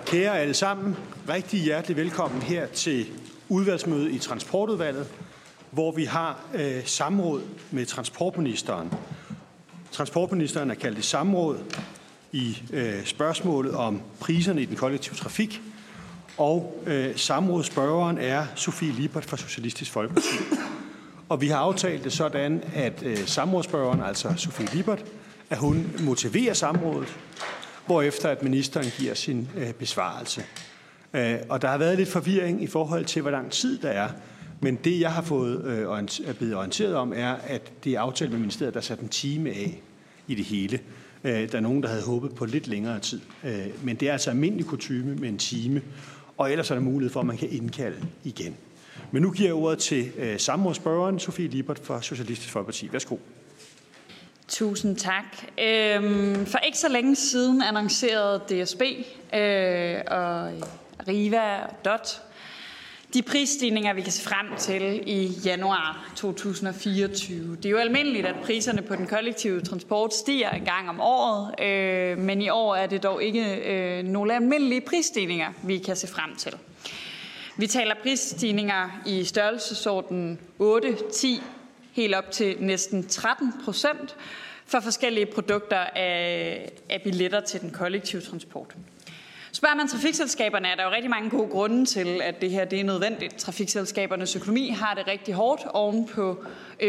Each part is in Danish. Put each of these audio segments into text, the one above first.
Kære alle sammen, rigtig hjertelig velkommen her til udvalgsmødet i Transportudvalget, hvor vi har samråd med transportministeren. Transportministeren er kaldt i samråd i spørgsmålet om priserne i den kollektive trafik, og samrådsspørgeren er Sofie Lippert fra Socialistisk Folkeparti. Og vi har aftalt det sådan, at samrådsspørgeren, altså Sofie Lippert, at hun motiverer samrådet, hvorefter at ministeren giver sin besvarelse. Og der har været lidt forvirring i forhold til, hvor lang tid der er. Men det, jeg har fået blevet orienteret om, er, at det er aftalt med ministeriet, der satte en time af i det hele. Der er nogen, der havde håbet på lidt længere tid. Men det er altså almindelig kutyme med en time, og ellers er der mulighed for, at man kan indkalde igen. Men nu giver jeg ordet til samrådsspørgeren, Sofie Lippert fra Socialistisk Folkeparti. Værsgo. Tusind tak. For ikke så længe siden annoncerede DSB og Arriva og DOT de prisstigninger, vi kan se frem til i januar 2024. Det er jo almindeligt, at priserne på den kollektive transport stiger en gang om året, men i år er det dog ikke nogle almindelige prisstigninger, vi kan se frem til. Vi taler prisstigninger i størrelsesordenen 8-10, helt op til næsten 13% for forskellige produkter af billetter til den kollektive transport. Spørger man trafikselskaberne, er der jo rigtig mange gode grunde til, at det her det er nødvendigt. Trafikselskabernes økonomi har det rigtig hårdt oven på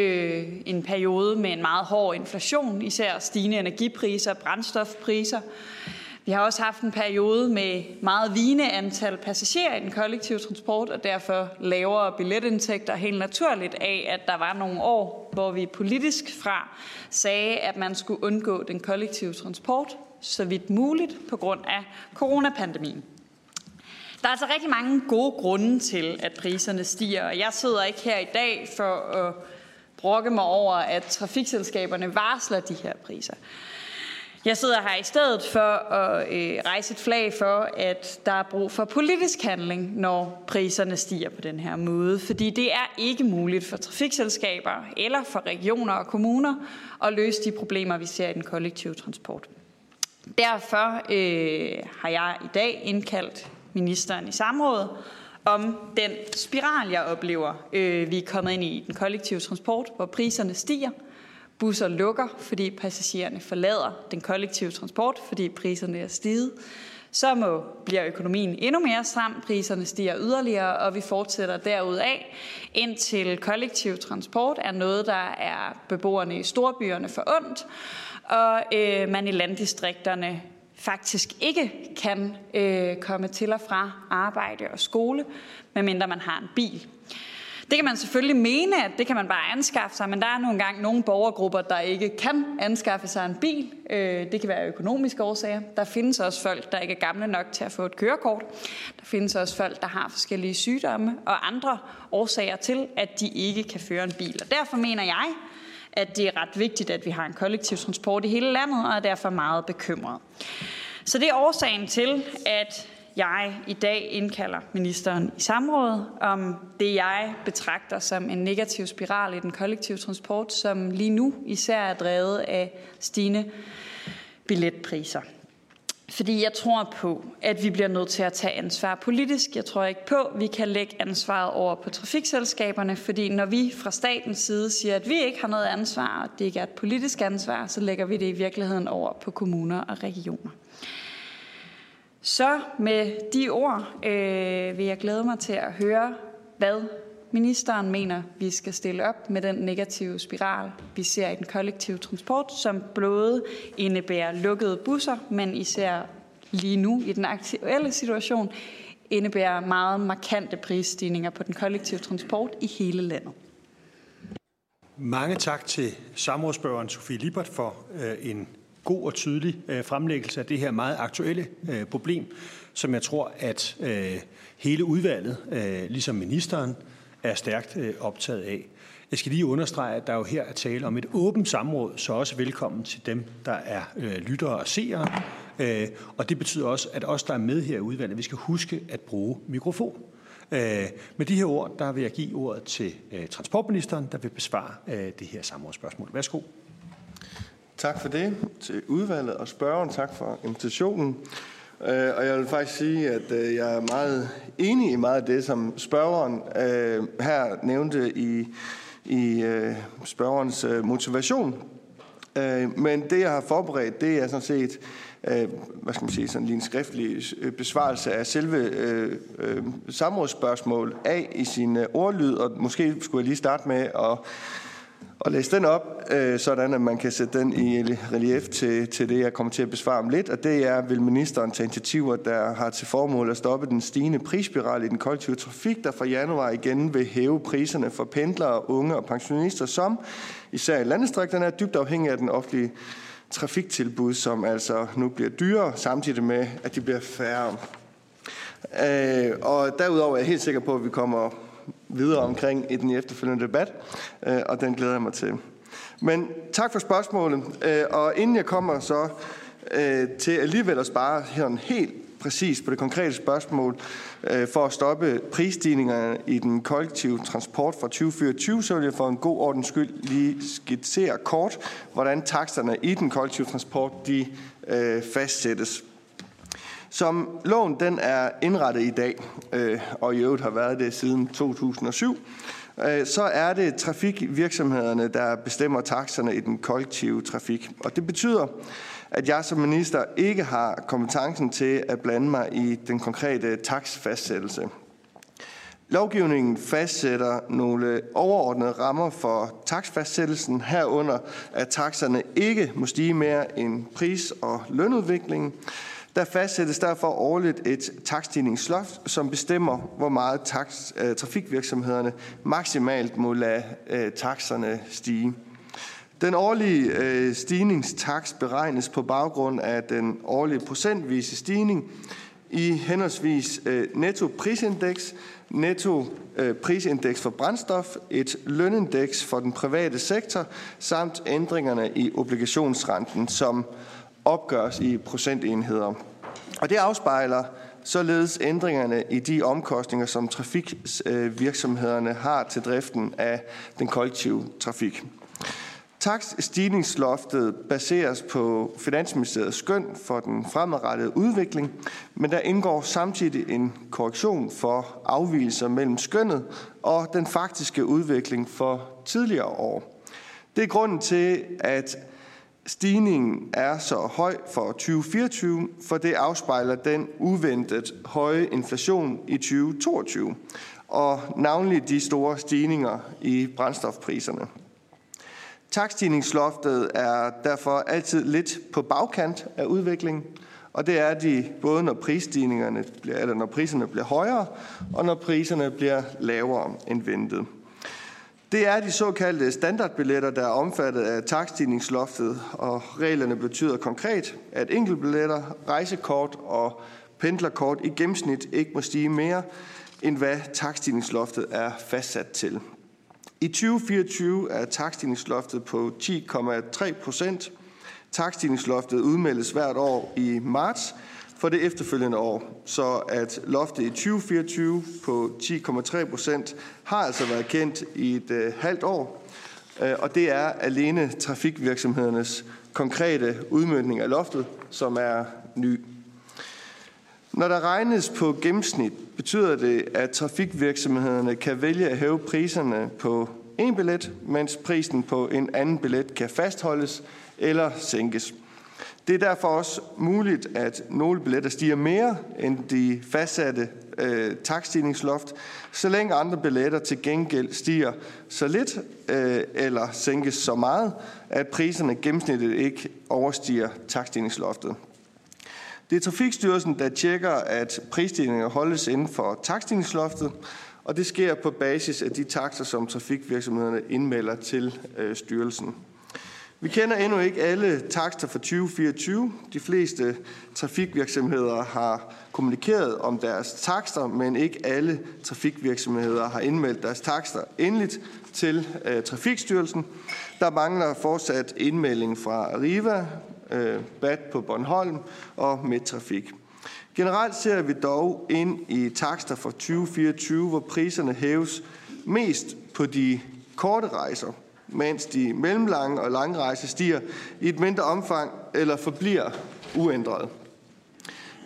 en periode med en meget hård inflation, især stigende energipriser og brændstofpriser. Vi har også haft en periode med meget vigende antal passagerer i den kollektive transport, og derfor lavere billetindtægter helt naturligt af, at der var nogle år, hvor vi politisk fra sagde, at man skulle undgå den kollektive transport så vidt muligt på grund af coronapandemien. Der er altså rigtig mange gode grunde til, at priserne stiger, og jeg sidder ikke her i dag for at brokke mig over, at trafikselskaberne varsler de her priser. Jeg sidder her i stedet for at rejse et flag for, at der er brug for politisk handling, når priserne stiger på den her måde. Fordi det er ikke muligt for trafikselskaber eller for regioner og kommuner at løse de problemer, vi ser i den kollektive transport. Derfor har jeg i dag indkaldt ministeren i samråd om den spiral, jeg oplever, vi er kommet ind i den kollektive transport, hvor priserne stiger. Busser lukker, fordi passagererne forlader den kollektive transport, fordi priserne er steget. Så bliver økonomien endnu mere stram, priserne stiger yderligere, og vi fortsætter derudaf, indtil kollektiv transport er noget, der er beboerne i storbyerne forundt, og man i landdistrikterne faktisk ikke kan komme til og fra arbejde og skole, medmindre man har en bil. Det kan man selvfølgelig mene, at det kan man bare anskaffe sig, men der er nogle gange nogle borgergrupper, der ikke kan anskaffe sig en bil. Det kan være økonomiske årsager. Der findes også folk, der ikke er gamle nok til at få et kørekort. Der findes også folk, der har forskellige sygdomme og andre årsager til, at de ikke kan føre en bil. Og derfor mener jeg, at det er ret vigtigt, at vi har en kollektiv transport i hele landet, og er derfor meget bekymret. Så det er årsagen til, at jeg i dag indkalder ministeren i samråd om det, jeg betragter som en negativ spiral i den kollektive transport, som lige nu især er drevet af stigende billetpriser. Fordi jeg tror på, at vi bliver nødt til at tage ansvar politisk. Jeg tror ikke på, at vi kan lægge ansvaret over på trafikselskaberne, fordi når vi fra statens side siger, at vi ikke har noget ansvar, og det ikke er et politisk ansvar, så lægger vi det i virkeligheden over på kommuner og regioner. Så med de ord vil jeg glæde mig til at høre, hvad ministeren mener, vi skal stille op med den negative spiral, vi ser i den kollektive transport, som både indebærer lukkede busser, men især lige nu i den aktuelle situation, indebærer meget markante prisstigninger på den kollektive transport i hele landet. Mange tak til samrådsspørgeren Sofie Lippert for en god og tydelig fremlæggelse af det her meget aktuelle problem, som jeg tror, at hele udvalget, ligesom ministeren, er stærkt optaget af. Jeg skal lige understrege, at der jo her er tale om et åbent samråd, så også velkommen til dem, der er lyttere og seere. Og det betyder også, at os, der er med her i udvalget, vi skal huske at bruge mikrofon. Med de her ord, der vil jeg give ordet til transportministeren, der vil besvare det her samrådsspørgsmål. Værsgo. Tak for det til udvalget og spørgeren. Tak for invitationen. Og jeg vil faktisk sige, at jeg er meget enig i meget af det, som spørgeren her nævnte i spørgerens motivation. Men det, jeg har forberedt, det er sådan set sådan lige en skriftlig besvarelse af selve samrådsspørgsmål af i sin ordlyd, og måske skulle jeg lige starte med at læse den op, sådan at man kan sætte den i relief til det, jeg kommer til at besvare om lidt, og det er, vil ministeren tage initiativer, der har til formål at stoppe den stigende prisspiral i den kollektive trafik, der fra januar igen vil hæve priserne for pendlere, unge og pensionister, som især i landdistrikterne er dybt afhængige af den offentlige trafiktilbud, som altså nu bliver dyrere, samtidig med, at de bliver færre. Og derudover er jeg helt sikker på, at vi kommer videre omkring i den efterfølgende debat, og den glæder jeg mig til. Men tak for spørgsmålet, og inden jeg kommer så til alligevel at spare her helt præcis på det konkrete spørgsmål for at stoppe prisstigningerne i den kollektive transport fra 2024, så vil jeg for en god ordens skyld lige skitsere kort, hvordan taksterne i den kollektive transport de fastsættes. Som loven den er indrettet i dag, og i øvrigt har været det siden 2007, så er det trafikvirksomhederne, der bestemmer taksterne i den kollektive trafik. Og det betyder, at jeg som minister ikke har kompetencen til at blande mig i den konkrete takstfastsættelse. Lovgivningen fastsætter nogle overordnede rammer for takstfastsættelsen, herunder at taksterne ikke må stige mere end pris- og lønudviklingen. Der fastsættes derfor årligt et takststigningsloft, som bestemmer, hvor meget trafikvirksomhederne maksimalt må lade taksterne stige. Den årlige stigningstakst beregnes på baggrund af den årlige procentvise stigning i henholdsvis nettoprisindeks, nettoprisindeks for brændstof, et lønindeks for den private sektor, samt ændringerne i obligationsrenten, som opgøres i procentenheder. Og det afspejler således ændringerne i de omkostninger, som trafikvirksomhederne har til driften af den kollektive trafik. Takststigningsloftet baseres på Finansministeriets skøn for den fremadrettede udvikling, men der indgår samtidig en korrektion for afvigelser mellem skønnet og den faktiske udvikling for tidligere år. Det er grunden til, at stigningen er så høj for 2024, for det afspejler den uventet høje inflation i 2022, og navnlig de store stigninger i brændstofpriserne. Takststigningsloftet er derfor altid lidt på bagkant af udviklingen, og det er de både når priserne bliver højere, og når priserne bliver lavere end ventet. Det er de såkaldte standardbilletter, der er omfattet af takststigningsloftet, og reglerne betyder konkret, at enkeltbilletter, rejsekort og pendlerkort i gennemsnit ikke må stige mere, end hvad takststigningsloftet er fastsat til. I 2024 er takststigningsloftet på 10,3%. Takststigningsloftet udmeldes hvert år i marts for det efterfølgende år, så at loftet i 2024 på 10,3% har altså været kendt i et halvt år, og det er alene trafikvirksomhedernes konkrete udmøntning af loftet, som er ny. Når der regnes på gennemsnit, betyder det, at trafikvirksomhederne kan vælge at hæve priserne på en billet, mens prisen på en anden billet kan fastholdes eller sænkes. Det er derfor også muligt, at nogle billetter stiger mere end de fastsatte takststigningsloft, så længe andre billetter til gengæld stiger så lidt eller sænkes så meget, at priserne gennemsnitligt ikke overstiger takststigningsloftet. Det er Trafikstyrelsen, der tjekker, at prisstigninger holdes inden for takststigningsloftet, og det sker på basis af de takster, som trafikvirksomhederne indmelder til styrelsen. Vi kender endnu ikke alle takster for 2024. De fleste trafikvirksomheder har kommunikeret om deres takster, men ikke alle trafikvirksomheder har indmeldt deres takster endeligt til Trafikstyrelsen. Der mangler fortsat indmelding fra Arriva, BAT på Bornholm og Midttrafik. Generelt ser vi dog ind i takster for 2024, hvor priserne hæves mest på de korte rejser, mens de mellemlange og lange rejser stiger i et mindre omfang eller forbliver uændret.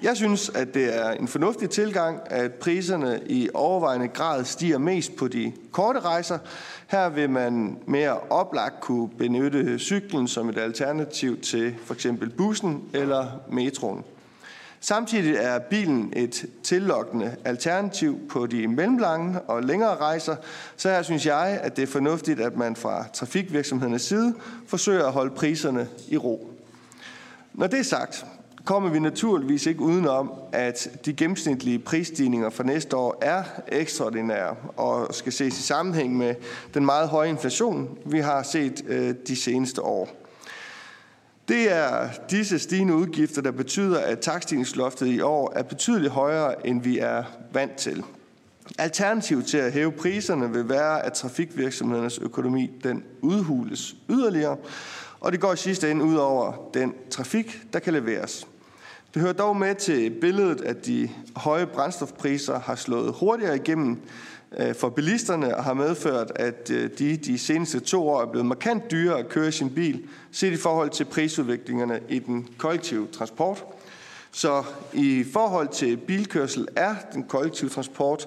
Jeg synes, at det er en fornuftig tilgang, at priserne i overvejende grad stiger mest på de korte rejser. Her vil man mere oplagt kunne benytte cyklen som et alternativ til f.eks. bussen eller metroen. Samtidig er bilen et tillokkende alternativ på de mellemlange og længere rejser, så her synes jeg, at det er fornuftigt, at man fra trafikvirksomhedernes side forsøger at holde priserne i ro. Når det er sagt, kommer vi naturligvis ikke udenom, at de gennemsnitlige prisstigninger for næste år er ekstraordinære og skal ses i sammenhæng med den meget høje inflation, vi har set de seneste år. Det er disse stigende udgifter, der betyder, at takststigningsloftet i år er betydeligt højere, end vi er vant til. Alternativet til at hæve priserne vil være, at trafikvirksomhedernes økonomi den udhules yderligere, og det går i sidste ende ud over den trafik, der kan leveres. Det hører dog med til billedet, at de høje brændstofpriser har slået hurtigere igennem for bilisterne og har medført, at de seneste 2 år er blevet markant dyrere at køre sin bil, set i forhold til prisudviklingerne i den kollektive transport. Så i forhold til bilkørsel er den kollektive transport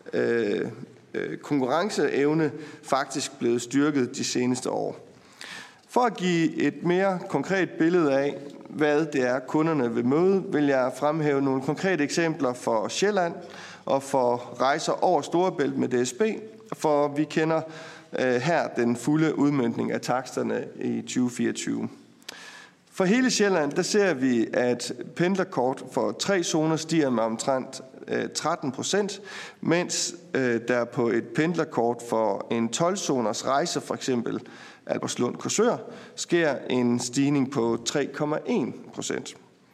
konkurrenceevne faktisk blevet styrket de seneste år. For at give et mere konkret billede af, hvad det er, kunderne vil møde, vil jeg fremhæve nogle konkrete eksempler for Sjælland og for rejser over Storebælt med DSB, for vi kender her den fulde udmøntning af taksterne i 2024. For hele Sjælland, der ser vi, at pendlerkort for 3 zoner stiger med omtrent 13%, mens der på et pendlerkort for en 12-zoners rejse, for eksempel Albertslund-Korsør, sker en stigning på 3,1%.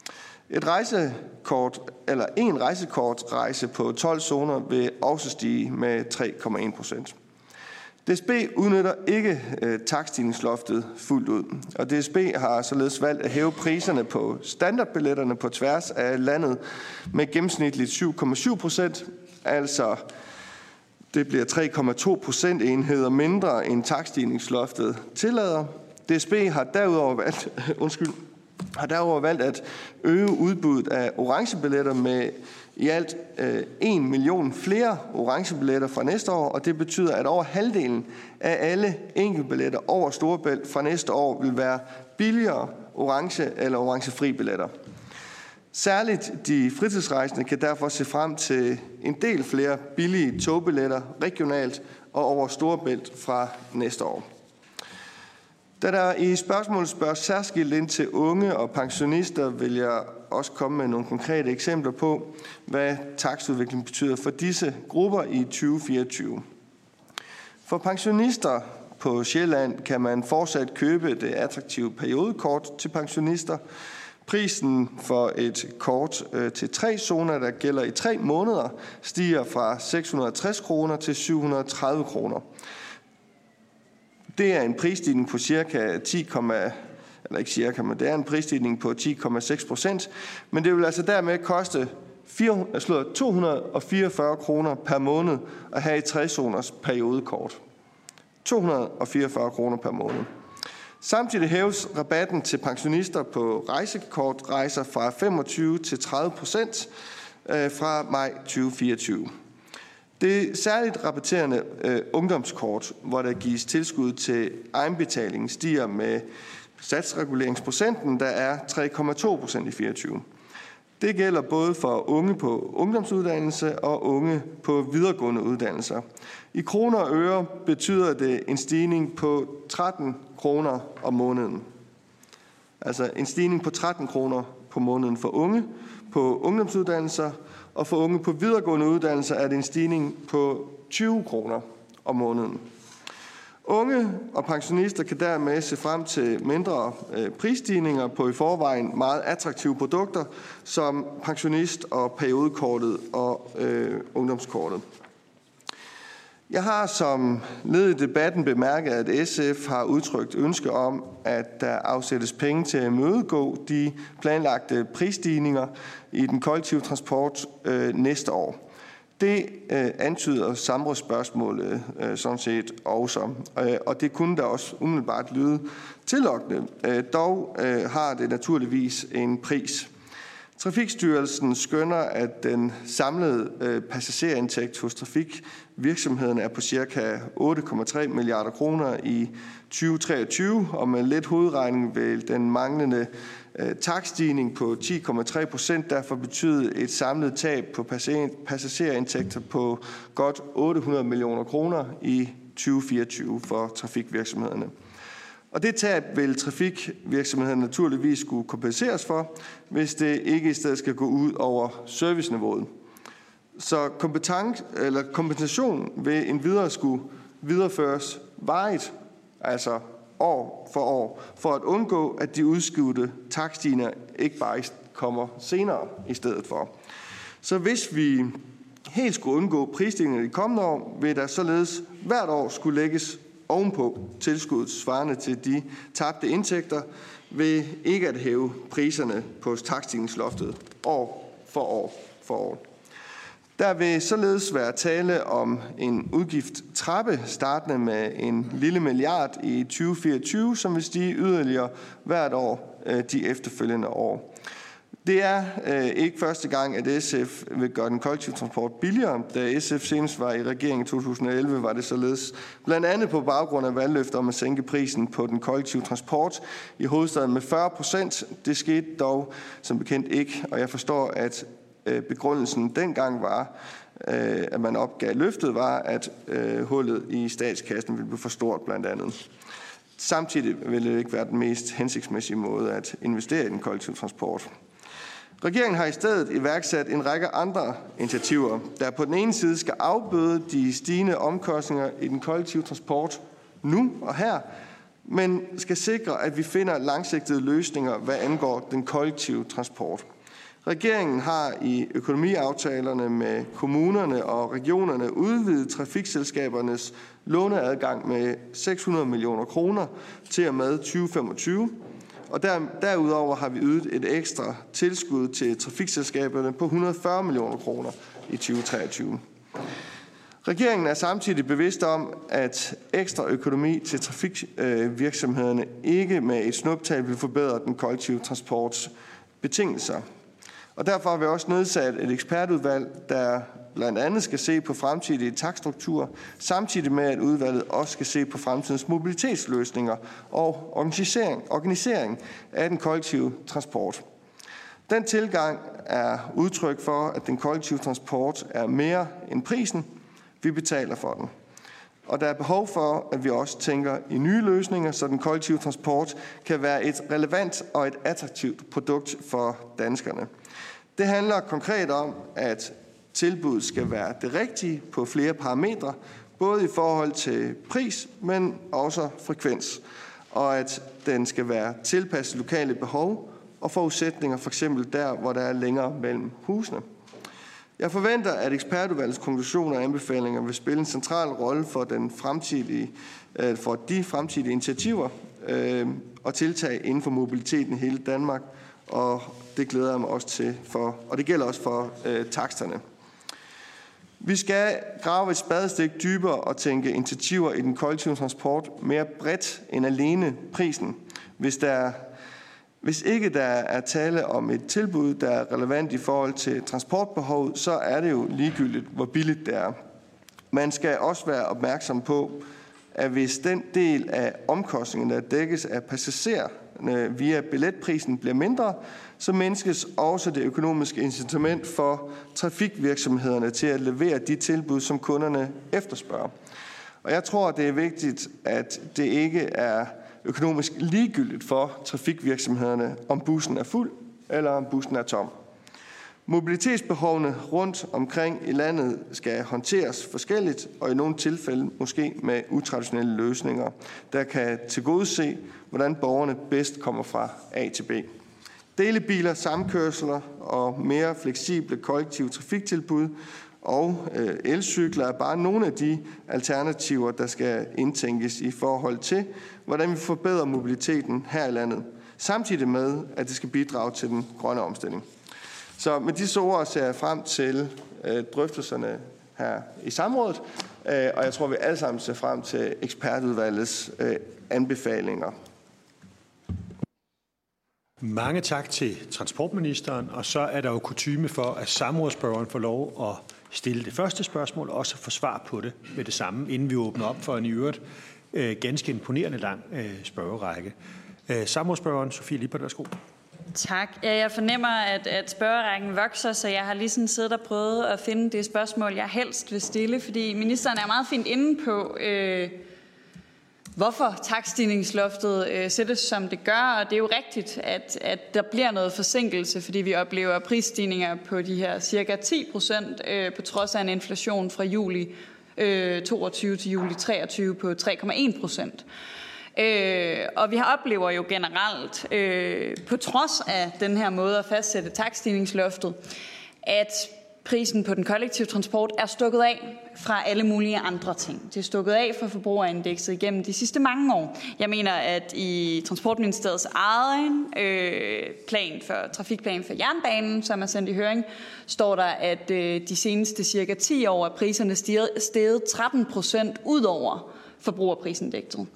En rejsekortrejse på 12 zoner vil også stige med 3,1%. DSB udnytter ikke takststigningsloftet fuldt ud, og DSB har således valgt at hæve priserne på standardbilletterne på tværs af landet med gennemsnitligt 7,7%, altså det bliver 3,2 procentenheder mindre end takststigningsloftet tillader. DSB har derudover valgt at øge udbuddet af orangebilletter med i alt 1 million flere orangebilletter fra næste år, og det betyder, at over halvdelen af alle enkeltbilletter over Storebælt fra næste år vil være billigere orange eller orangefri billetter. Særligt de fritidsrejsende kan derfor se frem til en del flere billige togbilletter regionalt og over Storebælt fra næste år. Da der i spørgsmålet spørges særskilt ind til unge og pensionister, vil jeg også komme med nogle konkrete eksempler på, hvad takstudviklingen betyder for disse grupper i 2024. For pensionister på Sjælland kan man fortsat købe det attraktive periodekort til pensionister. Prisen for et kort til 3 zoner, der gælder i 3 måneder, stiger fra 660 kroner til 730 kroner. Det er en prisstigning på cirka 10,6%, men det vil altså dermed koste 244 kroner per måned at have et 3-zoners periodekort. 244 kroner per måned. Samtidig hæves rabatten til pensionister på rejsekortrejser fra 25 til 30% fra maj 2024. Det særligt rabatterende ungdomskort, hvor der gives tilskud til egenbetaling, stiger med satsreguleringsprocenten, der er 3,2% i 24. Det gælder både for unge på ungdomsuddannelse og unge på videregående uddannelser. I kroner og øre betyder det en stigning på 13 kroner om måneden. Altså en stigning på 13 kroner på måneden for unge på ungdomsuddannelser, og for unge på videregående uddannelser er det en stigning på 20 kroner om måneden. Unge og pensionister kan dermed se frem til mindre prisstigninger på i forvejen meget attraktive produkter som pensionist- og periodekortet og ungdomskortet. Jeg har som led i debatten bemærket, at SF har udtrykt ønske om, at der afsættes penge til at imødegå de planlagte prisstigninger i den kollektive transport næste år. Det antyder samrådsspørgsmålet sådan set også, og det kunne da også umiddelbart lyde tillokkende. Dog har det naturligvis en pris. Trafikstyrelsen skønner, at den samlede passagerindtægt hos trafikvirksomhederne er på ca. 8,3 milliarder kroner i 2023, og med lidt hovedregning vil den manglende takststigning på 10,3% derfor betyde et samlet tab på passagerindtægter på godt 800 millioner kroner i 2024 for trafikvirksomhederne. Og det tab vil trafikvirksomhederne naturligvis skulle kompenseres for, hvis det ikke i stedet skal gå ud over serviceniveauet. Så kompensation vil endvidere skulle videreføres varigt, altså år for år, for at undgå, at de udskudte takststigninger ikke bare kommer senere i stedet for. Så hvis vi helt skulle undgå prisstigninger i de kommende år, vil der således hvert år skulle lægges ovenpå tilskuddet svarende til de tabte indtægter ved ikke at hæve priserne på takststigningsloftet år for år for år. Der vil således være tale om en udgiftstrappe startende med en lille milliard i 2024, som vil stige yderligere hvert år de efterfølgende år. Det er ikke første gang, at SF vil gøre den kollektive transport billigere. Da SF senest var i regeringen i 2011, var det således blandt andet på baggrund af valgløfter om at sænke prisen på den kollektive transport i hovedstaden med 40%. Det skete dog som bekendt ikke, og jeg forstår, at begrundelsen dengang var, at man opgav løftet, var, at hullet i statskassen ville blive for stort blandt andet. Samtidig ville det ikke være den mest hensigtsmæssige måde at investere i den kollektive transport. Regeringen har i stedet iværksat en række andre initiativer, der på den ene side skal afbøde de stigende omkostninger i den kollektive transport nu og her, men skal sikre, at vi finder langsigtede løsninger, hvad angår den kollektive transport. Regeringen har i økonomiaftalerne med kommunerne og regionerne udvidet trafikselskabernes låneadgang med 600 millioner kroner til og med 2025. Og derudover har vi ydet et ekstra tilskud til trafikselskaberne på 140 millioner kroner i 2023. Regeringen er samtidig bevidst om, at ekstra økonomi til trafikvirksomhederne ikke med et snuptag vil forbedre den kollektive transports betingelser. Og derfor har vi også nedsat et ekspertudvalg, der blandt andet skal se på fremtidige takststrukturer, samtidig med at udvalget også skal se på fremtidens mobilitetsløsninger og organisering af den kollektive transport. Den tilgang er udtryk for, at den kollektive transport er mere end prisen, vi betaler for den. Og der er behov for, at vi også tænker i nye løsninger, så den kollektive transport kan være et relevant og et attraktivt produkt for danskerne. Det handler konkret om, at tilbuddet skal være det rigtige på flere parametre, både i forhold til pris, men også frekvens, og at den skal være tilpasset lokale behov og forudsætninger, f.eks. der, hvor der er længere mellem husene. Jeg forventer, at ekspertudvalgets konklusioner og anbefalinger vil spille en central rolle for de fremtidige initiativer og tiltag inden for mobiliteten i hele Danmark, og det glæder jeg mig også til, og det gælder også for taksterne. Vi skal grave et spadestik dybere og tænke initiativer i den kollektive transport mere bredt end alene prisen. Hvis ikke der er tale om et tilbud, der er relevant i forhold til transportbehovet, så er det jo ligegyldigt, hvor billigt det er. Man skal også være opmærksom på, at hvis den del af omkostningen, der dækkes af passagererne via billetprisen, bliver mindre, så mindskes også det økonomiske incitament for trafikvirksomhederne til at levere de tilbud, som kunderne efterspørger. Og jeg tror, det er vigtigt, at det ikke er økonomisk ligegyldigt for trafikvirksomhederne, om bussen er fuld eller om bussen er tom. Mobilitetsbehovene rundt omkring i landet skal håndteres forskelligt, og i nogle tilfælde måske med utraditionelle løsninger, der kan tilgodese, hvordan borgerne bedst kommer fra A til B. Delebiler, samkørsler og mere fleksible kollektive trafiktilbud og elcykler er bare nogle af de alternativer, der skal indtænkes i forhold til, hvordan vi forbedrer mobiliteten her i landet, samtidig med, at det skal bidrage til den grønne omstilling. Så med disse ord ser jeg frem til drøftelserne her i samrådet, og jeg tror, vi alle sammen ser frem til ekspertudvalgets anbefalinger. Mange tak til transportministeren, og så er der jo kutyme for, at samrådsspørgeren får lov at stille det første spørgsmål, og også få svar på det med det samme, inden vi åbner op for en i øvrigt ganske imponerende lang spørgerække. Samrådsspørgeren Sofie Lippert, værsgo. Tak. Jeg fornemmer, at spørgerækken vokser, så jeg har lige sådan siddet og prøvet at finde det spørgsmål, jeg helst vil stille, fordi ministeren er meget fint inde på, hvorfor takststigningsloftet sættes, som det gør, og det er jo rigtigt, at der bliver noget forsinkelse, fordi vi oplever prisstigninger på de her cirka 10%, på trods af en inflation fra juli 22 til juli 23 på 3,1%. Og vi oplever jo generelt, på trods af den her måde at fastsætte takststigningsloftet, at prisen på den kollektive transport er stukket af fra alle mulige andre ting. Det er stukket af fra forbrugerindekset igennem de sidste mange år. Jeg mener, at i Transportministeriets egen trafikplan for jernbanen, som er sendt i høring, står der, at de seneste cirka 10 år er priserne steget 13% ud over forbrugerprisindekset.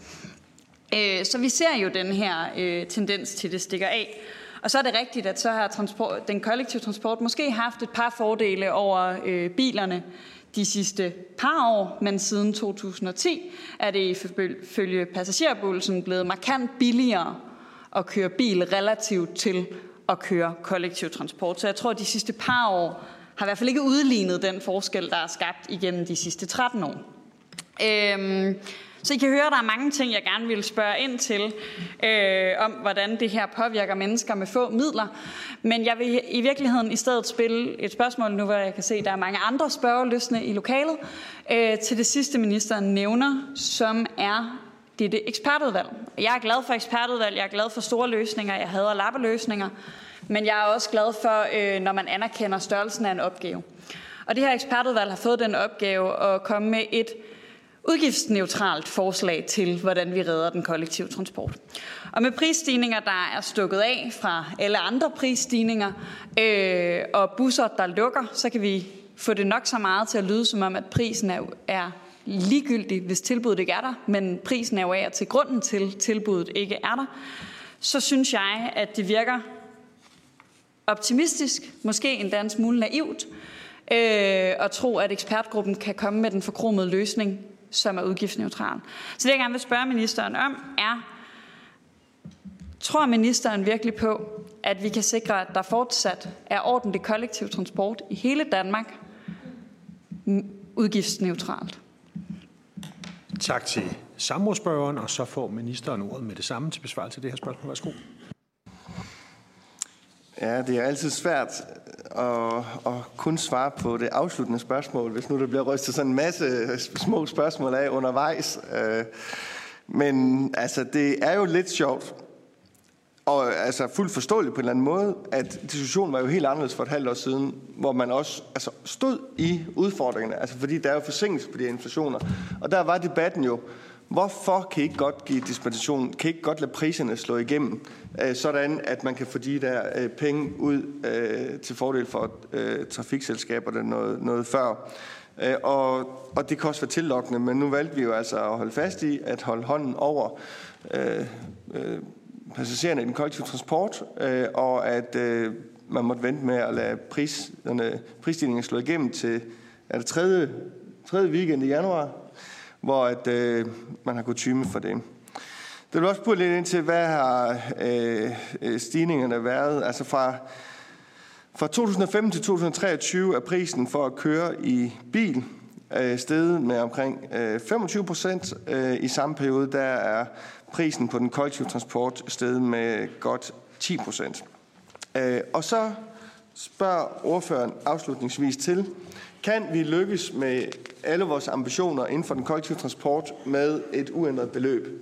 Så vi ser jo den her tendens til, det stikker af. Og så er det rigtigt, at så har den kollektive transport måske haft et par fordele over bilerne de sidste par år, men siden 2010 er det ifølge Passagerbørsen blevet markant billigere at køre bil relativt til at køre kollektiv transport. Så jeg tror, at de sidste par år har i hvert fald ikke udlignet den forskel, der er skabt igennem de sidste 13 år. Så I kan høre, at der er mange ting, jeg gerne vil spørge ind til, om hvordan det her påvirker mennesker med få midler. Men jeg vil i virkeligheden i stedet spille et spørgsmål nu, hvor jeg kan se, at der er mange andre spørgelystne i lokalet, til det sidste ministeren nævner, som er dette ekspertudvalg. Jeg er glad for ekspertudvalg, jeg er glad for store løsninger, jeg hader lappeløsninger, men jeg er også glad for, når man anerkender størrelsen af en opgave. Og det her ekspertudvalg har fået den opgave at komme med et udgiftsneutralt forslag til, hvordan vi redder den kollektive transport. Og med prisstigninger, der er stukket af fra alle andre prisstigninger, og busser, der lukker, så kan vi få det nok så meget til at lyde som om, at prisen er ligegyldig, hvis tilbuddet ikke er der, men prisen er jo af til grunden til, tilbuddet ikke er der. Så synes jeg, at det virker optimistisk, måske endda en smule naivt, at tro, at ekspertgruppen kan komme med den forkromede løsning, som er udgiftsneutral. Så det, jeg gerne vil spørge ministeren om, er, tror ministeren virkelig på, at vi kan sikre, at der fortsat er ordentlig kollektiv transport i hele Danmark, udgiftsneutralt? Tak til samrådsspørgeren, og så får ministeren ordet med det samme til besvarelse af det her spørgsmål. Værsgo. Ja, det er altid svært at kun svare på det afsluttende spørgsmål, hvis nu der bliver rystet sådan en masse små spørgsmål af undervejs. Men altså, det er jo lidt sjovt, og altså fuldt forståeligt på en eller anden måde, at diskussionen var jo helt anderledes for et halvt år siden, hvor man også stod i udfordringerne, altså fordi der er jo forsinkelse på de inflationer. Og der var debatten jo, hvorfor kan I ikke godt give dispensation? Kan I ikke godt lade priserne slå igennem, sådan at man kan få de der penge ud til fordel for trafikselskaberne noget før? Og det kan også være tillokkende, men nu valgte vi jo altså at holde fast i at holde hånden over passagererne i den kollektive transport, og at man måtte vente med at lade prisstigningen slå igennem til det tredje weekend i januar, hvor man har kutyme for det. Det vil også spurgt lidt ind til, hvad har stigningerne været. Altså fra 2015 til 2023 er prisen for at køre i bil steget med omkring 25%. I samme periode der er prisen på den kollektive transport steget med godt 10%. Og så spørger ordføreren afslutningsvis til, kan vi lykkes med alle vores ambitioner inden for den kollektive transport med et uændret beløb?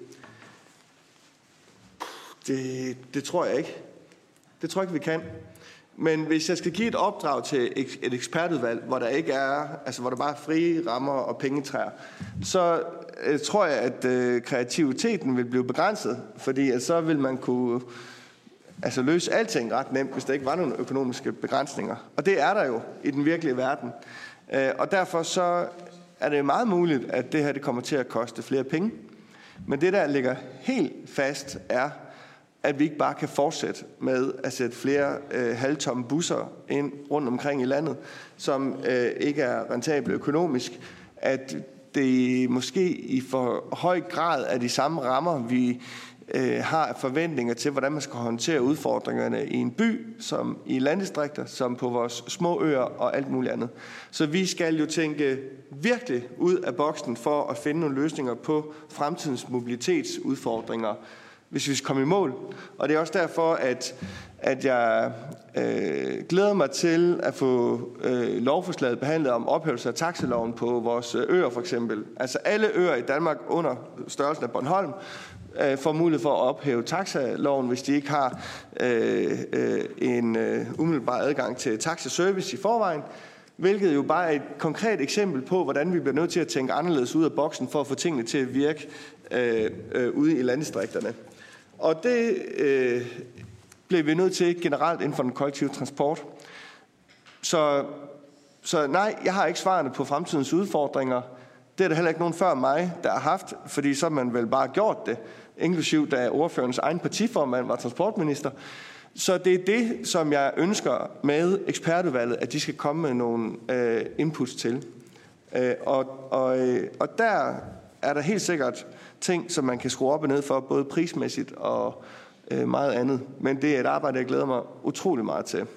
Det tror jeg ikke. Det tror jeg ikke, vi kan. Men hvis jeg skal give et opdrag til et ekspertudvalg, hvor der ikke er, altså hvor der bare er frie rammer og pengetræer, så tror jeg, at kreativiteten vil blive begrænset, fordi at så vil man kunne løse alting ret nemt, hvis der ikke var nogen økonomiske begrænsninger. Og det er der jo i den virkelige verden. Og derfor så er det meget muligt, at det her det kommer til at koste flere penge. Men det, der ligger helt fast, er, at vi ikke bare kan fortsætte med at sætte flere halvtomme busser ind rundt omkring i landet, som ikke er rentable økonomisk, at det måske i for høj grad er de samme rammer, vi har forventninger til, hvordan man skal håndtere udfordringerne i en by, som i landdistrikter, som på vores små øer og alt muligt andet. Så vi skal jo tænke virkelig ud af boksen for at finde nogle løsninger på fremtidens mobilitetsudfordringer, hvis vi skal komme i mål. Og det er også derfor, at jeg glæder mig til at få lovforslaget behandlet om ophævelse af taxiloven på vores øer for eksempel. Altså alle øer i Danmark under størrelsen af Bornholm får mulighed for at ophæve taxiloven, hvis de ikke har en umiddelbar adgang til taxiservice i forvejen. Hvilket jo bare er et konkret eksempel på, hvordan vi bliver nødt til at tænke anderledes ud af boksen for at få tingene til at virke ude i landdistrikterne. Og det bliver vi nødt til generelt inden for den kollektive transport. Så nej, jeg har ikke svarene på fremtidens udfordringer. Det er der heller ikke nogen før mig, der har haft, fordi så har man vel bare gjort det, inklusiv da ordførerens egen partiformand var transportminister. Så det er det, som jeg ønsker med ekspertudvalget, at de skal komme med nogle inputs til. Og der er der helt sikkert ting, som man kan skrue op og ned for, både prismæssigt og meget andet. Men det er et arbejde, jeg glæder mig utrolig meget til.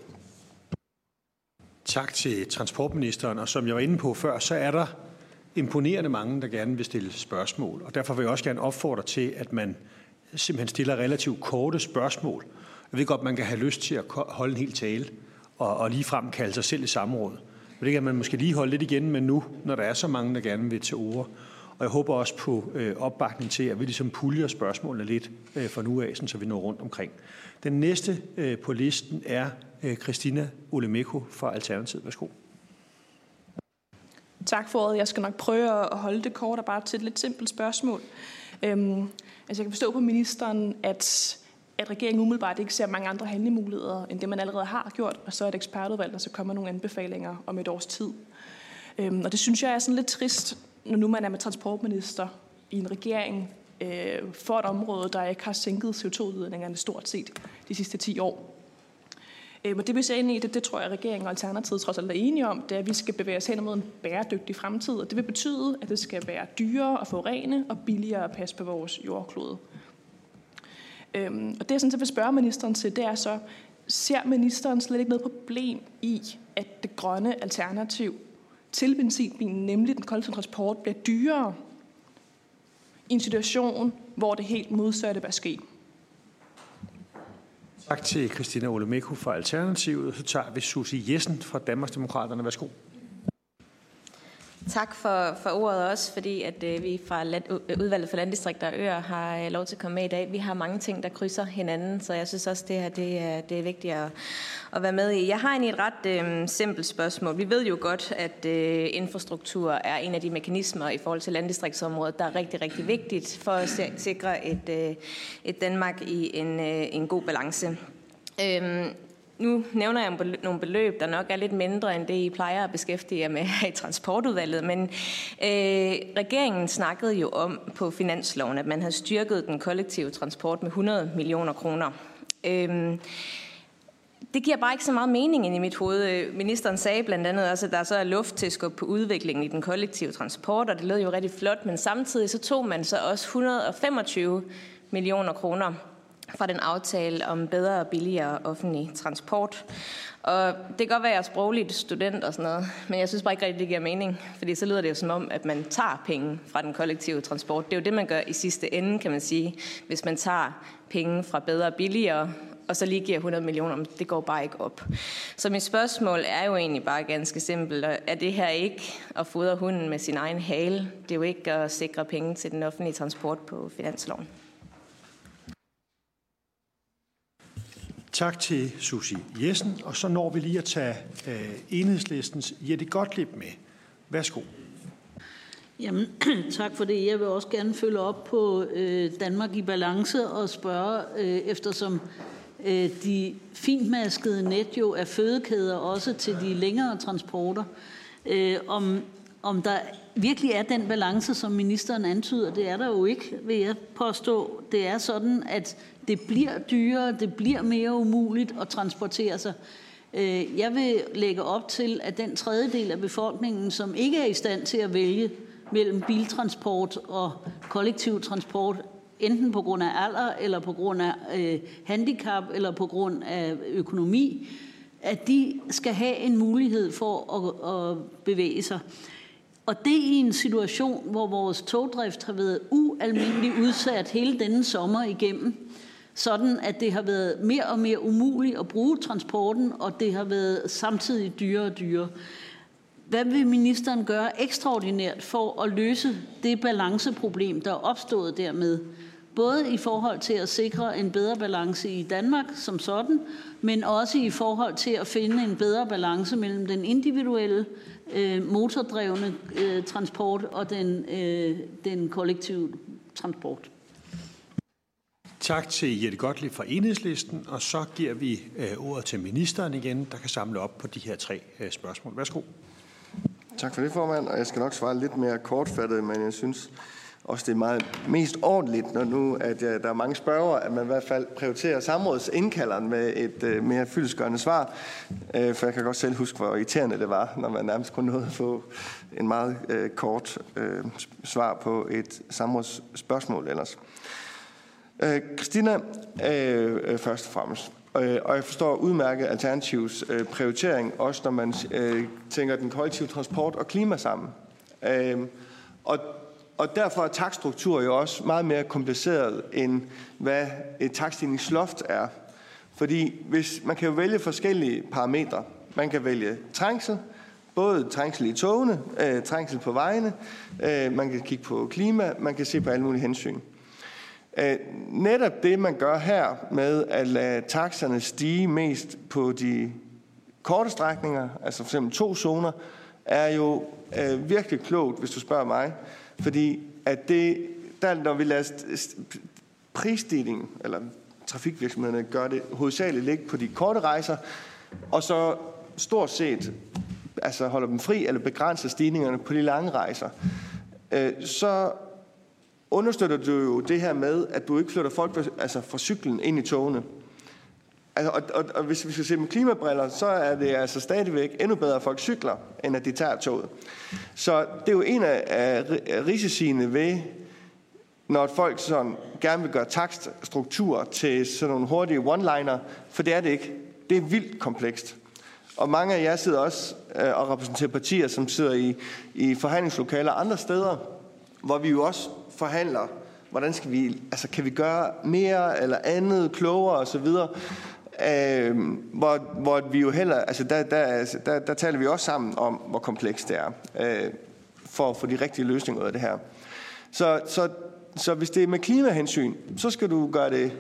Tak til transportministeren, og som jeg var inde på før, så er der imponerende mange, der gerne vil stille spørgsmål. Og derfor vil jeg også gerne opfordre til, at man simpelthen stiller relativt korte spørgsmål. Jeg ved godt, man kan have lyst til at holde en hel tale og ligefrem kalde sig selv i samråd. Men det kan man måske lige holde lidt igen med nu, når der er så mange, der gerne vil til ord. Og jeg håber også på opbakning til, at vi ligesom puljer spørgsmålene lidt fra nu af, så vi når rundt omkring. Den næste på listen er Christina Olumeko fra Alternativet. Værsgo. Tak for ordet. Jeg skal nok prøve at holde det kort og bare til et lidt simpelt spørgsmål. Jeg kan forstå på ministeren, at regeringen umiddelbart ikke ser mange andre handlemuligheder, end det man allerede har gjort, og så er et ekspertudvalg, der så kommer nogle anbefalinger om et års tid. Og det synes jeg er sådan lidt trist, når nu man er med transportminister i en regering for et område, der ikke har sænket CO2-udledningerne stort set de sidste 10 år. Og det vi ser ind i, det tror jeg, at regeringen og Alternativet trods alt er enige om, det er, at vi skal bevæge os hen mod en bæredygtig fremtid, og det vil betyde, at det skal være dyrere at forurene og billigere at passe på vores jordklode. Og det jeg sådan set vil spørge ministeren til, det er så, ser ministeren slet ikke noget problem i, at det grønne alternativ til benzinbilen, nemlig den kollektive transport, bliver dyrere i en situation, hvor det helt modsatte bør ske? Tak til Christina Olumeko fra Alternativet. Så tager vi Susie Jessen fra Danmarksdemokraterne. Værsgo. Tak for ordet også, fordi at vi fra udvalget for landdistrikter og øer har lov til at komme med i dag. Vi har mange ting, der krydser hinanden, så jeg synes også, det her det er vigtigt at være med i. Jeg har egentlig et ret simpelt spørgsmål. Vi ved jo godt, at infrastruktur er en af de mekanismer i forhold til landdistriktsområdet, der er rigtig, rigtig vigtigt for at sikre et Danmark i en god balance. Nu nævner jeg nogle beløb, der nok er lidt mindre end det, I plejer at beskæftige jer med her i transportudvalget, men regeringen snakkede jo om på finansloven, at man havde styrket den kollektive transport med 100 millioner kroner. Det giver bare ikke så meget mening ind i mit hoved. Ministeren sagde blandt andet også, at der så er luft til at skubbe på udviklingen i den kollektive transport, og det lød jo rigtig flot, men samtidig så tog man så også 125 millioner kroner fra den aftale om bedre og billigere offentlig transport. Og det kan godt være, at jeg er sprogligt student og sådan noget, men jeg synes bare ikke rigtig, det giver mening, fordi så lyder det jo som om, at man tager penge fra den kollektive transport. Det er jo det, man gør i sidste ende, kan man sige, hvis man tager penge fra bedre og billigere, og så lige giver 100 millioner, det går bare ikke op. Så mit spørgsmål er jo egentlig bare ganske simpelt. Er det her ikke at fodre hunden med sin egen hale? Det er jo ikke at sikre penge til den offentlige transport på finansloven. Tak til Susie Jessen, og så når vi lige at tage Enhedslistens Jette Gottlieb med. Værsgo. Jamen, tak for det. Jeg vil også gerne følge op på Danmark i balance og spørge, eftersom de fintmaskede net jo er fødekæder også til de længere transporter, om om der virkelig er den balance, som ministeren antyder. Det er der jo ikke, vil jeg påstå. Det er sådan, at det bliver dyrere, det bliver mere umuligt at transportere sig. Jeg vil lægge op til, at den tredjedel af befolkningen, som ikke er i stand til at vælge mellem biltransport og kollektiv transport, enten på grund af alder, eller på grund af handicap, eller på grund af økonomi, at de skal have en mulighed for at bevæge sig. Og det i en situation, hvor vores togdrift har været ualmindeligt udsat hele denne sommer igennem, sådan at det har været mere og mere umuligt at bruge transporten, og det har været samtidig dyrere og dyrere. Hvad vil ministeren gøre ekstraordinært for at løse det balanceproblem, der er opstået dermed? Både i forhold til at sikre en bedre balance i Danmark som sådan, men også i forhold til at finde en bedre balance mellem den individuelle motordrevne transport og den kollektive transport. Tak til Jette Gottlieb fra Enhedslisten, og så giver vi ordet til ministeren igen, der kan samle op på de her 3 spørgsmål. Værsgo. Tak for det, formand, og jeg skal nok svare lidt mere kortfattet, men jeg synes også, det er meget mest ordentligt, når nu at der er mange spørgere, at man i hvert fald prioriterer samrådsindkalderen med et mere fyldestgørende svar. For jeg kan godt selv huske, hvor irriterende det var, når man nærmest kun nåede at få en meget kort svar på et samrådsspørgsmål ellers. Christina, først og fremmest. Og jeg forstår udmærket Alternativs prioritering, også når man tænker den kollektive transport og klima sammen. Og derfor er takststruktur jo også meget mere kompliceret, end hvad et takststigningsloft er. Fordi man kan jo vælge forskellige parametre. Man kan vælge trængsel, både trængsel i togene, trængsel på vejene, man kan kigge på klima, man kan se på alle mulige hensyn. Netop det, man gør her med at lade takserne stige mest på de korte strækninger, altså for eksempel 2 zoner, er jo virkelig klogt, hvis du spørger mig. Fordi at når vi lader prisstigningen, eller trafikvirksomhederne gør det hovedsageligt ligge på de korte rejser, og så stort set holder dem fri eller begrænser stigningerne på de lange rejser, så understøtter du jo det her med, at du ikke flytter folk fra cyklen ind i togene. Og hvis vi skal se med klimabriller, så er det altså stadigvæk endnu bedre, at folk cykler, end at de tager toget. Så det er jo en af risiciene ved, når folk sådan gerne vil gøre takststruktur til sådan nogle hurtige one-liner, for det er det ikke. Det er vildt komplekst. Og mange af jer sidder også og repræsenterer partier, som sidder i forhandlingslokaler andre steder, hvor vi jo også forhandler, hvordan skal vi, kan vi gøre mere eller andet, klogere osv., hvor vi jo heller, der taler vi også sammen om, hvor komplekst det er, for at få de rigtige løsninger ud af det her. Så hvis det er med klimahensyn, så skal du gøre det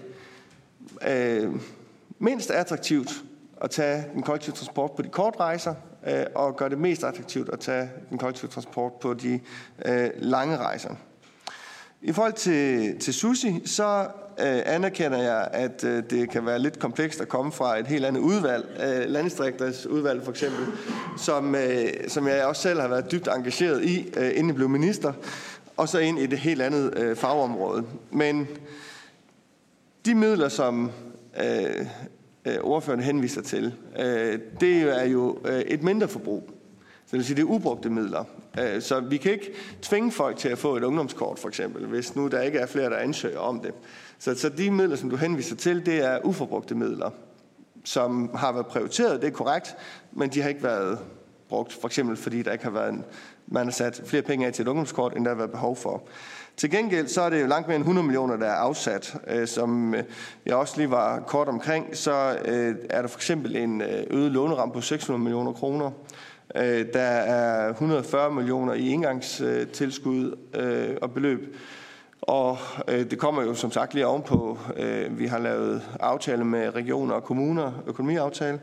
mindst attraktivt at tage den kollektive transport på de korte rejser, og gøre det mest attraktivt at tage den kollektive transport på de lange rejser. I forhold til Susi, så anerkender jeg, at det kan være lidt komplekst at komme fra et helt andet udvalg, landdistrikters udvalg for eksempel, som jeg også selv har været dybt engageret i, inden jeg blev minister, og så ind i det helt andet fagområde. Men de midler, som ordføreren henviser til, det er jo et mindre forbrug. Så det vil sige, det er ubrugte midler. Så vi kan ikke tvinge folk til at få et ungdomskort, for eksempel, hvis nu der ikke er flere, der ansøger om det. Så de midler, som du henviser til, det er uforbrugte midler, som har været prioriteret, det er korrekt, men de har ikke været brugt, for eksempel fordi der ikke har været man har sat flere penge af til et ungdomskort, end der har været behov for. Til gengæld så er det jo langt mere end 100 millioner, der er afsat. Som jeg også lige var kort omkring, så er der for eksempel en øget låneramme på 600 millioner kroner. Der er 140 millioner i engangstilskud og beløb. Og det kommer jo som sagt lige ovenpå. Vi har lavet aftale med regioner og kommuner, økonomiaftale.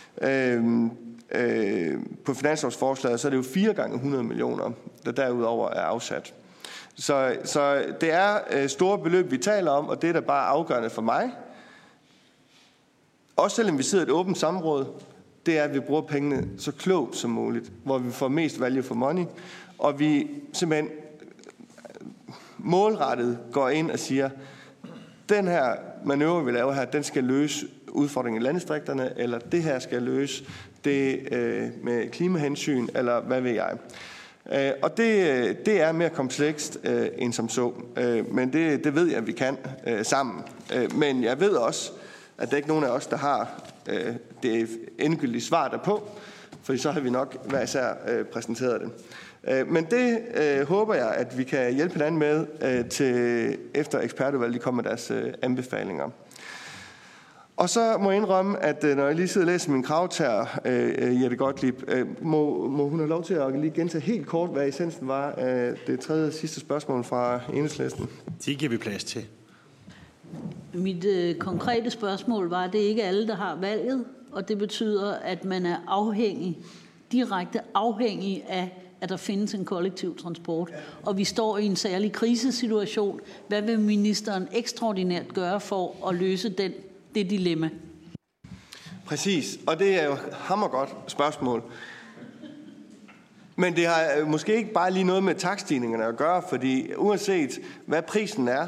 På finanslovsforslaget, så er det jo 4 gange 100 millioner, der derudover er afsat. Så det er store beløb, vi taler om, og det er da bare afgørende for mig. Også selvom vi sidder i et åbent samråd, det er, at vi bruger pengene så klogt som muligt, hvor vi får mest value for money, og vi simpelthen målrettet går ind og siger, den her manøvre, vi laver her, den skal løse udfordringen i landdistrikterne, eller det her skal løse det med klimahensyn, eller hvad ved jeg. Og det er mere komplekst end som så, men det ved jeg, at vi kan sammen. Men jeg ved også, at der ikke er nogen af os, der har det endegyldige svar derpå, for så har vi nok hver især præsenteret det. Men det håber jeg, at vi kan hjælpe hinanden med til efter ekspertudvalget de kommer med deres anbefalinger. Og så må jeg indrømme, at når jeg lige sidder og læser min kravtær, Jette Gottlieb, må hun have lov til at lige gentage helt kort, hvad essensen var af det tredje og sidste spørgsmål fra Enhedslisten. Det giver vi plads til. Mit konkrete spørgsmål var, at det ikke er alle, der har valget, og det betyder, at man er direkte afhængig af, at der findes en kollektiv transport. Og vi står i en særlig krisesituation. Hvad vil ministeren ekstraordinært gøre for at løse det dilemma? Præcis, og det er jo hammergodt spørgsmål. Men det har måske ikke bare lige noget med takststigningerne at gøre, fordi uanset hvad prisen er,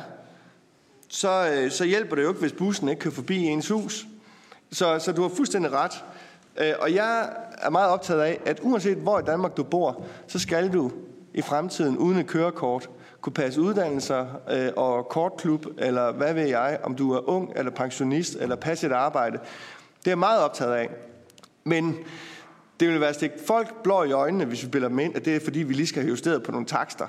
så hjælper det jo ikke, hvis bussen ikke kører forbi ens hus. Så du har fuldstændig ret. Og jeg er meget optaget af, at uanset hvor i Danmark du bor, så skal du i fremtiden uden et kørekort kunne passe uddannelser og kortklub, eller hvad ved jeg, om du er ung eller pensionist, eller passe et arbejde. Det er jeg meget optaget af. Men det vil være at stikke folk blå i øjnene, hvis vi bilder dem ind, at det er fordi, vi lige skal have justeret på nogle takster.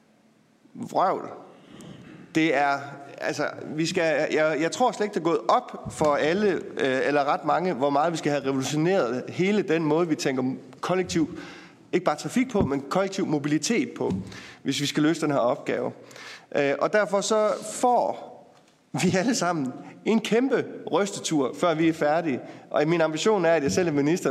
Vrøvl. Det er, altså, jeg tror slet ikke, det er gået op for alle, eller ret mange, hvor meget vi skal have revolutioneret hele den måde, vi tænker kollektiv, ikke bare trafik på, men kollektiv mobilitet på, hvis vi skal løse den her opgave. Og derfor så får vi alle sammen en kæmpe rystetur, før vi er færdige. Og min ambition er, at jeg selv er minister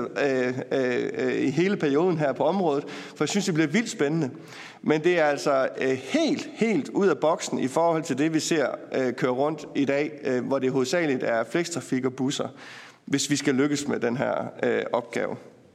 i hele perioden her på området, for jeg synes, det bliver vildt spændende. Men det er altså helt ud af boksen i forhold til det, vi ser køre rundt i dag, hvor det hovedsageligt er flextrafik og busser, hvis vi skal lykkes med den her opgave.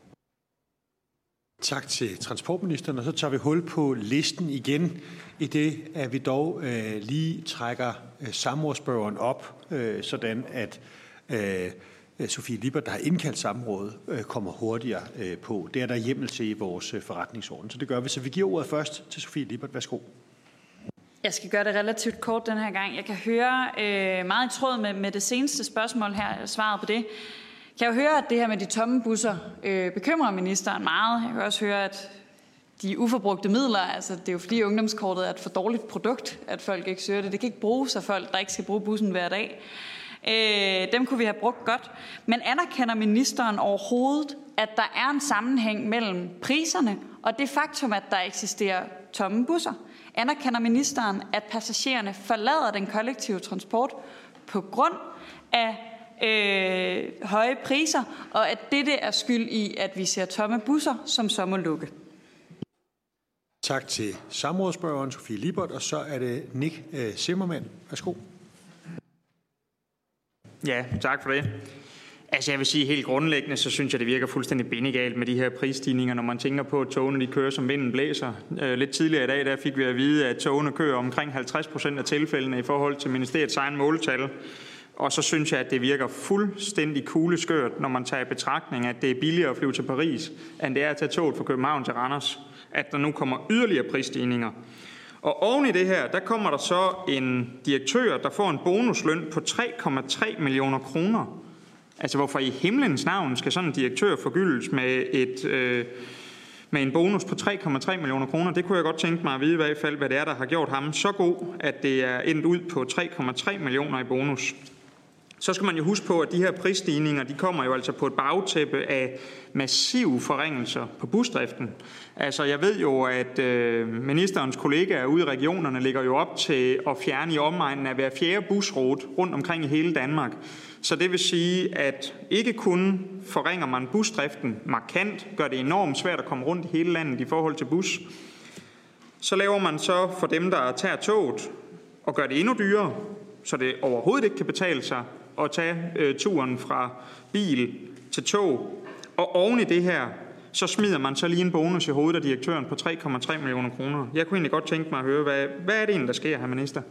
Tak til transportministeren, og så tager vi hul på listen igen, i det, at vi dog lige trækker samrådsspørgeren op, sådan at Sofie Lippert, der har indkaldt samrådet, kommer hurtigere på. Det er der hjemmel til i vores forretningsorden, så det gør vi. Så vi giver ordet først til Sofie Lippert. Værsgo. Jeg skal gøre det relativt kort den her gang. Jeg kan høre meget i tråd med det seneste spørgsmål her, svaret på det. Jeg kan jo høre, at det her med de tomme busser bekymrer ministeren meget. Jeg kan også høre, at de uforbrugte midler, altså det er jo fordi ungdomskortet er et for dårligt produkt, at folk ikke søger det. Det kan ikke bruges af folk, der ikke skal bruge bussen hver dag. Dem kunne vi have brugt godt. Men anerkender ministeren overhovedet, at der er en sammenhæng mellem priserne og det faktum, at der eksisterer tomme busser? Anerkender ministeren, at passagererne forlader den kollektive transport på grund af høje priser, og at dette er skyld i, at vi ser tomme busser, som så må lukke? Tak til samrådsspørgeren Sofie Lippert, og så er det Nick Zimmermann. Værsgo. Ja, tak for det. Altså jeg vil sige helt grundlæggende, så synes jeg, det virker fuldstændig bindegalt med de her prisstigninger, når man tænker på, at togene de kører, som vinden blæser. Lidt tidligere i dag, der fik vi at vide, at togene kører omkring 50% af tilfældene i forhold til ministeriets egen måltal. Og så synes jeg, at det virker fuldstændig kugleskørt, når man tager i betragtning, at det er billigere at flyve til Paris, end det er at tage toget fra København til Randers. At der nu kommer yderligere prisstigninger. Og oven i det her, der kommer der så en direktør, der får en bonusløn på 3,3 millioner kroner. Altså hvorfor i himlens navn skal sådan en direktør forgyldes med en bonus på 3,3 millioner kroner? Det kunne jeg godt tænke mig at vide i hvert fald, hvad det er, der har gjort ham så god, at det er endt ud på 3,3 millioner i bonus. Så skal man jo huske på, at de her prisstigninger, de kommer jo altså på et bagtæppe af massive forringelser på busdriften. Altså jeg ved jo, at ministerens kollegaer ude i regionerne ligger jo op til at fjerne i omegnen af hver fjerde busrute rundt omkring i hele Danmark. Så det vil sige, at ikke kun forringer man busdriften markant, gør det enormt svært at komme rundt i hele landet i forhold til bus. Så laver man så for dem, der tager toget, og gør det endnu dyrere, så det overhovedet ikke kan betale sig at tage turen fra bil til tog. Og oven i det her, så smider man så lige en bonus i hovedet af direktøren på 3,3 millioner kroner. Jeg kunne egentlig godt tænke mig at høre, hvad er det egentlig, der sker, herr minister?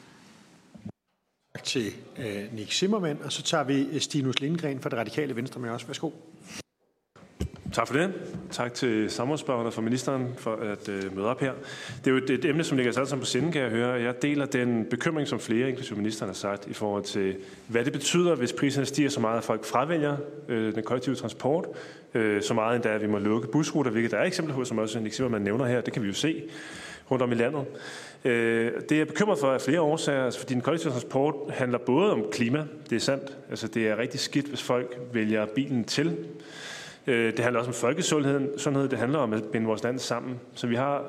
Tak til Nick Zimmermann, og så tager vi Stinus Lindgreen fra Det Radikale Venstre med os. Værsgo. Tak for det. Tak til samrådsspørgerne for ministeren for at møde op her. Det er jo et emne, som ligger sig alle sammen på sinde, kan jeg høre. Jeg deler den bekymring, som flere, inklusive ministeren, har sagt, i forhold til, hvad det betyder, hvis priserne stiger så meget, at folk fravælger den kollektive transport. Så meget endda, at vi må lukke busruter, hvilket der er eksempler på, som også Nick Zimmermann nævner her. Det kan vi jo se rundt om i landet. Det er jeg bekymret for af flere årsager, altså fordi den kollektive transport handler både om klima, det er sandt. Altså det er rigtig skidt, hvis folk vælger bilen til. Det handler også om folkesundhed, det handler om at binde vores land sammen. Så vi har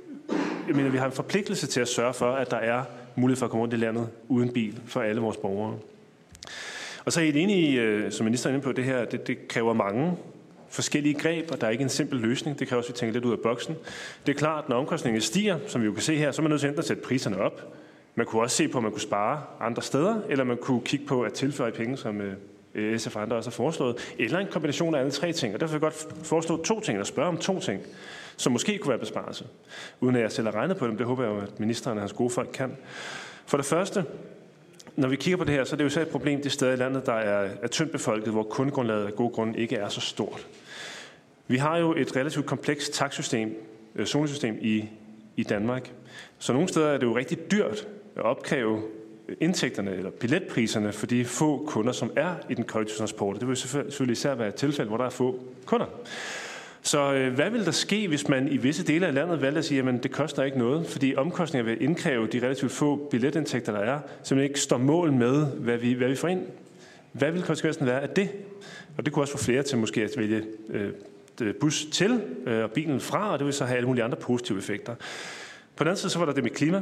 en forpligtelse til at sørge for, at der er mulighed for at komme rundt i landet uden bil for alle vores borgere. Og så er jeg helt enig i, som ministeren er inde på, det her, det kræver mange forskellige greb, og der er ikke en simpel løsning. Det kræver også, at vi tænker lidt ud af boksen. Det er klart, når omkostningerne stiger, som vi jo kan se her, så er man nødt til enten at sætte priserne op. Man kunne også se på, at man kunne spare andre steder, eller man kunne kigge på at tilføje penge, som SF og andre også har foreslået, eller en kombination af alle tre ting. Og derfor vil jeg godt foreslå 2 ting, eller spørge om 2 ting, som måske kunne være besparelse, uden at jeg selv har regnet på dem. Det håber jeg jo, at ministeren og hans gode folk kan. For det første, når vi kigger på det her, så er det jo så et problem de steder i landet, der er tyndt befolket, hvor kundegrundlaget af gode grunde ikke er så stort. Vi har jo et relativt komplekst takstsystem, zonesystem i Danmark. Så nogle steder er det jo rigtig dyrt at opkræve indtægterne eller billetpriserne for de få kunder, som er i den kollektive transport. Det vil selvfølgelig især være et tilfælde, hvor der er få kunder. Så hvad vil der ske, hvis man i visse dele af landet valgte at sige, at det koster ikke noget, fordi omkostninger ved at indkræve de relativt få billetindtægter, der er, simpelthen ikke står mål med, hvad vi får ind? Hvad vil konsekvensen være af det? Og det kunne også få flere til måske at vælge bus til og bilen fra, og det vil så have alle mulige andre positive effekter. På den anden side så var der det med klima.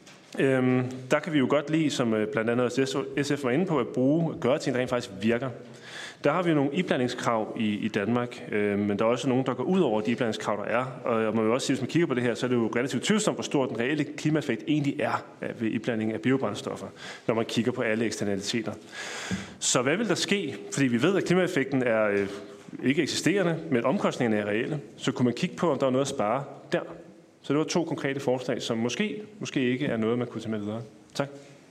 Der kan vi jo godt lide, som blandt andet SF var inde på, at gøre ting, der rent faktisk virker. Der har vi nogle iblandingskrav i Danmark, men der er også nogle, der går ud over de iblandingskrav, der er. Og man vil også sige, hvis man kigger på det her, så er det jo relativt tvivlsomt, hvor stor den reelle klimaeffekt egentlig er ved iblanding af biobrændstoffer, når man kigger på alle eksternaliteter. Så hvad vil der ske? Fordi vi ved, at klimaeffekten er ikke eksisterende, men omkostningerne er reelle. Så kunne man kigge på, om der er noget at spare der. Så det var 2 konkrete forslag, som måske ikke er noget, man kunne tage med videre. Tak.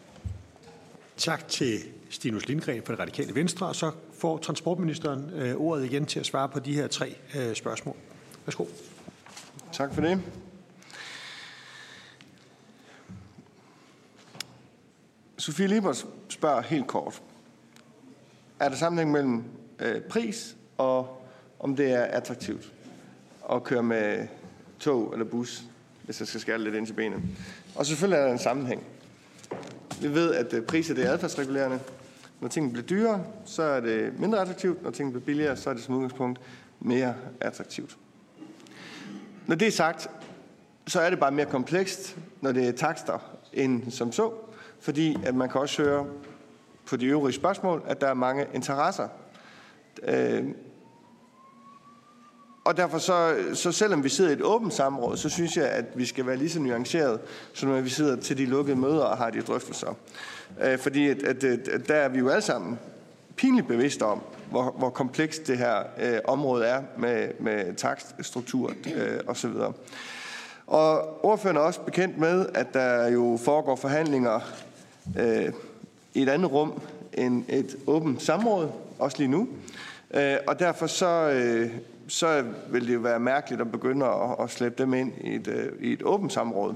Tak til Stinus Lindgreen fra Det Radikale Venstre, og så får transportministeren ordet igen til at svare på de her 3 spørgsmål. Værsgo. Tak for det. Sofie Lippert spørger helt kort. Er der sammenhæng mellem pris og om det er attraktivt at køre med tog eller bus, hvis jeg skal skære lidt ind til benet? Og selvfølgelig er der en sammenhæng. Vi ved, at priser det er adfærdsregulerende. Når tingene bliver dyrere, så er det mindre attraktivt. Når tingene bliver billigere, så er det som udgangspunkt mere attraktivt. Når det er sagt, så er det bare mere komplekst, når det er takster end som så. Fordi at man kan også høre på de øvrige spørgsmål, at der er mange interesser. Og derfor så selvom vi sidder i et åbent samråd, så synes jeg, at vi skal være lige så nuanceret, som når vi sidder til de lukkede møder og har de drøftelser. Fordi at der er vi jo alle sammen pinligt bevidste om, hvor komplekst det her område er med takststruktur osv. Og ordføreren er også bekendt med, at der jo foregår forhandlinger i et andet rum end et åbent samråd, også lige nu. Og derfor så vil det jo være mærkeligt at begynde at slæbe dem ind i et åbent samråd.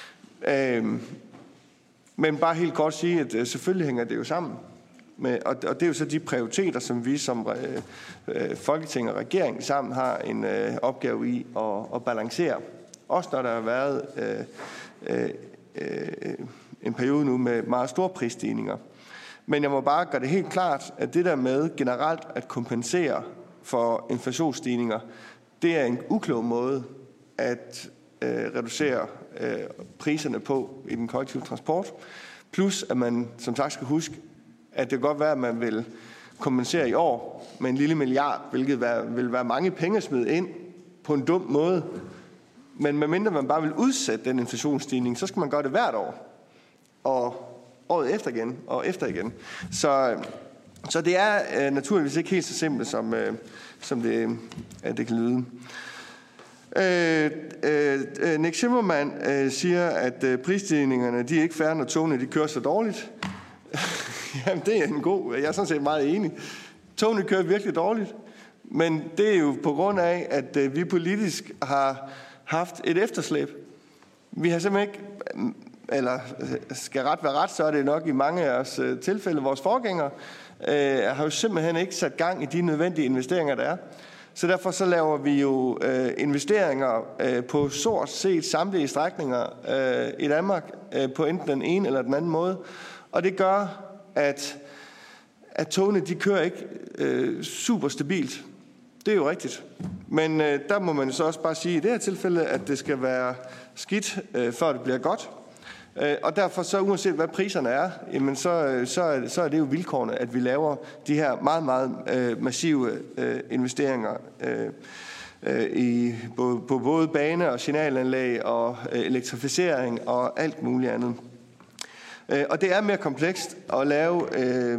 Men bare helt kort sige, at selvfølgelig hænger det jo sammen. Og det er jo så de prioriteter, som vi som Folketing og regering sammen har en opgave i at balancere. Også når der har været en periode nu med meget store prisstigninger. Men jeg må bare gøre det helt klart, at det der med generelt at kompensere for inflationsstigninger, det er en uklog måde at reducere priserne på i den kollektive transport. Plus at man som sagt skal huske, at det kan godt være, at man vil kompensere i år med en lille milliard, hvilket vil være mange penge smidt ind på en dum måde. Men medmindre man bare vil udsætte den inflationsstigning, så skal man gøre det hvert år. Og året efter igen og efter igen. Så Så det er naturligvis ikke helt så simpelt, som det kan lyde. Nick Zimmermann siger, at prisstigningerne de er ikke fair, når togene de kører så dårligt. Jamen, det er en god. Jeg er sådan set meget enig. Togene kører virkelig dårligt. Men det er jo på grund af, at vi politisk har haft et efterslæb. Vi har simpelthen ikke, eller skal ret være ret, så er det nok i mange af os tilfælde, vores forgængere har jo simpelthen ikke sat gang i de nødvendige investeringer, der er. Så derfor så laver vi jo investeringer på stort set samtlige strækninger i Danmark på enten den ene eller den anden måde. Og det gør, at togene de kører ikke super stabilt. Det er jo rigtigt. Men der må man så også bare sige i det her tilfælde, at det skal være skidt, før det bliver godt. Og derfor så uanset hvad priserne er, jamen så er det jo vilkårene, at vi laver de her meget, meget massive investeringer på både bane- og signalanlæg og elektrificering og alt muligt andet. Og det er mere komplekst at lave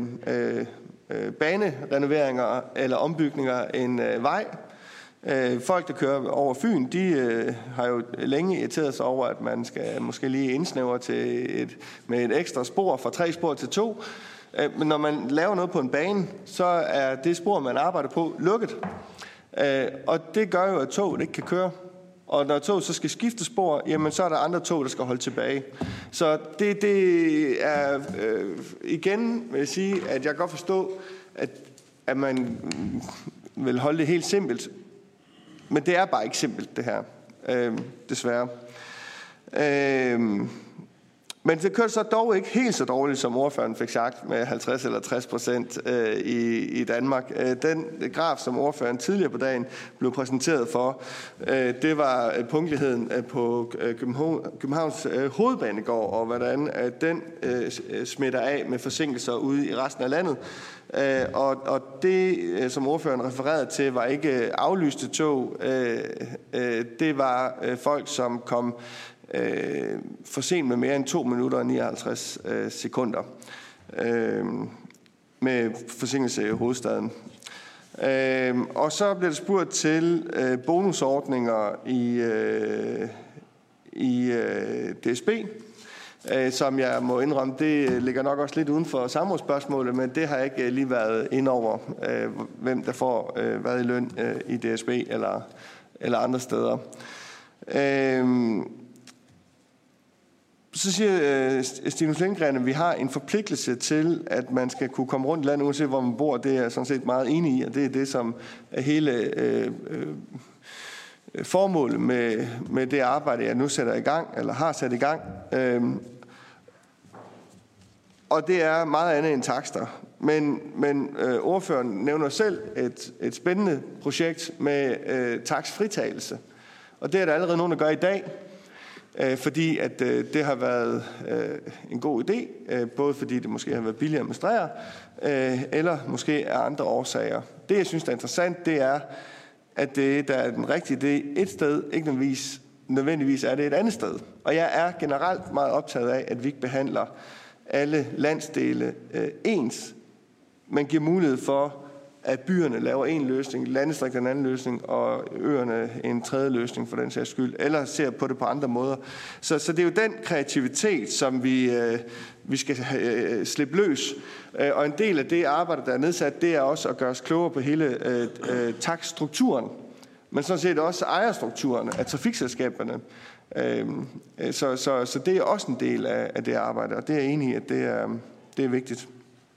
banerenoveringer eller ombygninger end vej. Folk, der kører over Fyn, de har jo længe irriteret sig over, at man skal måske lige indsnævre med et ekstra spor fra 3 spor til 2. Men når man laver noget på en bane, så er det spor, man arbejder på, lukket. Og det gør jo, at toget ikke kan køre. Og når toget så skal skifte spor, jamen så er der andre tog, der skal holde tilbage. Så det er igen vil jeg sige, at jeg kan godt forstå, at man vil holde det helt simpelt. Men det er bare ikke simpelt, det her. Desværre. Men det kører så dog ikke helt så dårligt, som ordføreren fik sagt, med 50 eller 60% i Danmark. Den graf, som ordføreren tidligere på dagen blev præsenteret for, det var punktligheden på Københavns hovedbanegård, og hvordan den smitter af med forsinkelser ude i resten af landet. Og det, som ordføreren refererede til, var ikke aflyste tog. Det var folk, som kom for sent med mere end 2 minutter og 59 sekunder med forsinkelse i hovedstaden. Og så blev der spurgt til bonusordninger i DSB, som jeg må indrømme, det ligger nok også lidt uden for samrådsspørgsmålet, men det har jeg ikke lige været ind over, hvem der får hvad i løn i DSB eller andre steder. Så siger Stinus Lindgren, at vi har en forpligtelse til, at man skal kunne komme rundt i landet, uanset hvor man bor. Det er jeg sådan set meget enig i, og det er det, som er hele formålet med det arbejde, jeg nu sætter i gang, eller har sat i gang. Og det er meget andet end takster. Men ordføreren nævner selv et spændende projekt med takstfritagelse. Og det er der allerede nogen, der gør i dag. Fordi at det har været en god idé, både fordi det måske har været billigere at administrere, eller måske er andre årsager. Det, jeg synes, der er interessant, det er, at det, der er den rigtige idé et sted, ikke nødvendigvis er det et andet sted. Og jeg er generelt meget optaget af, at vi ikke behandler alle landsdele ens, men giver mulighed for, at byerne laver en løsning, landdistrikterne en anden løsning, og øerne en tredje løsning for den sags skyld, eller ser på det på andre måder. Så det er jo den kreativitet, som vi skal slippe løs. Og en del af det arbejde, der er nedsat, det er også at gøre os klogere på hele takststrukturen, men sådan set også ejerstrukturen af trafikselskaberne. Så det er også en del af det arbejde, og det er jeg enig i, at det er vigtigt.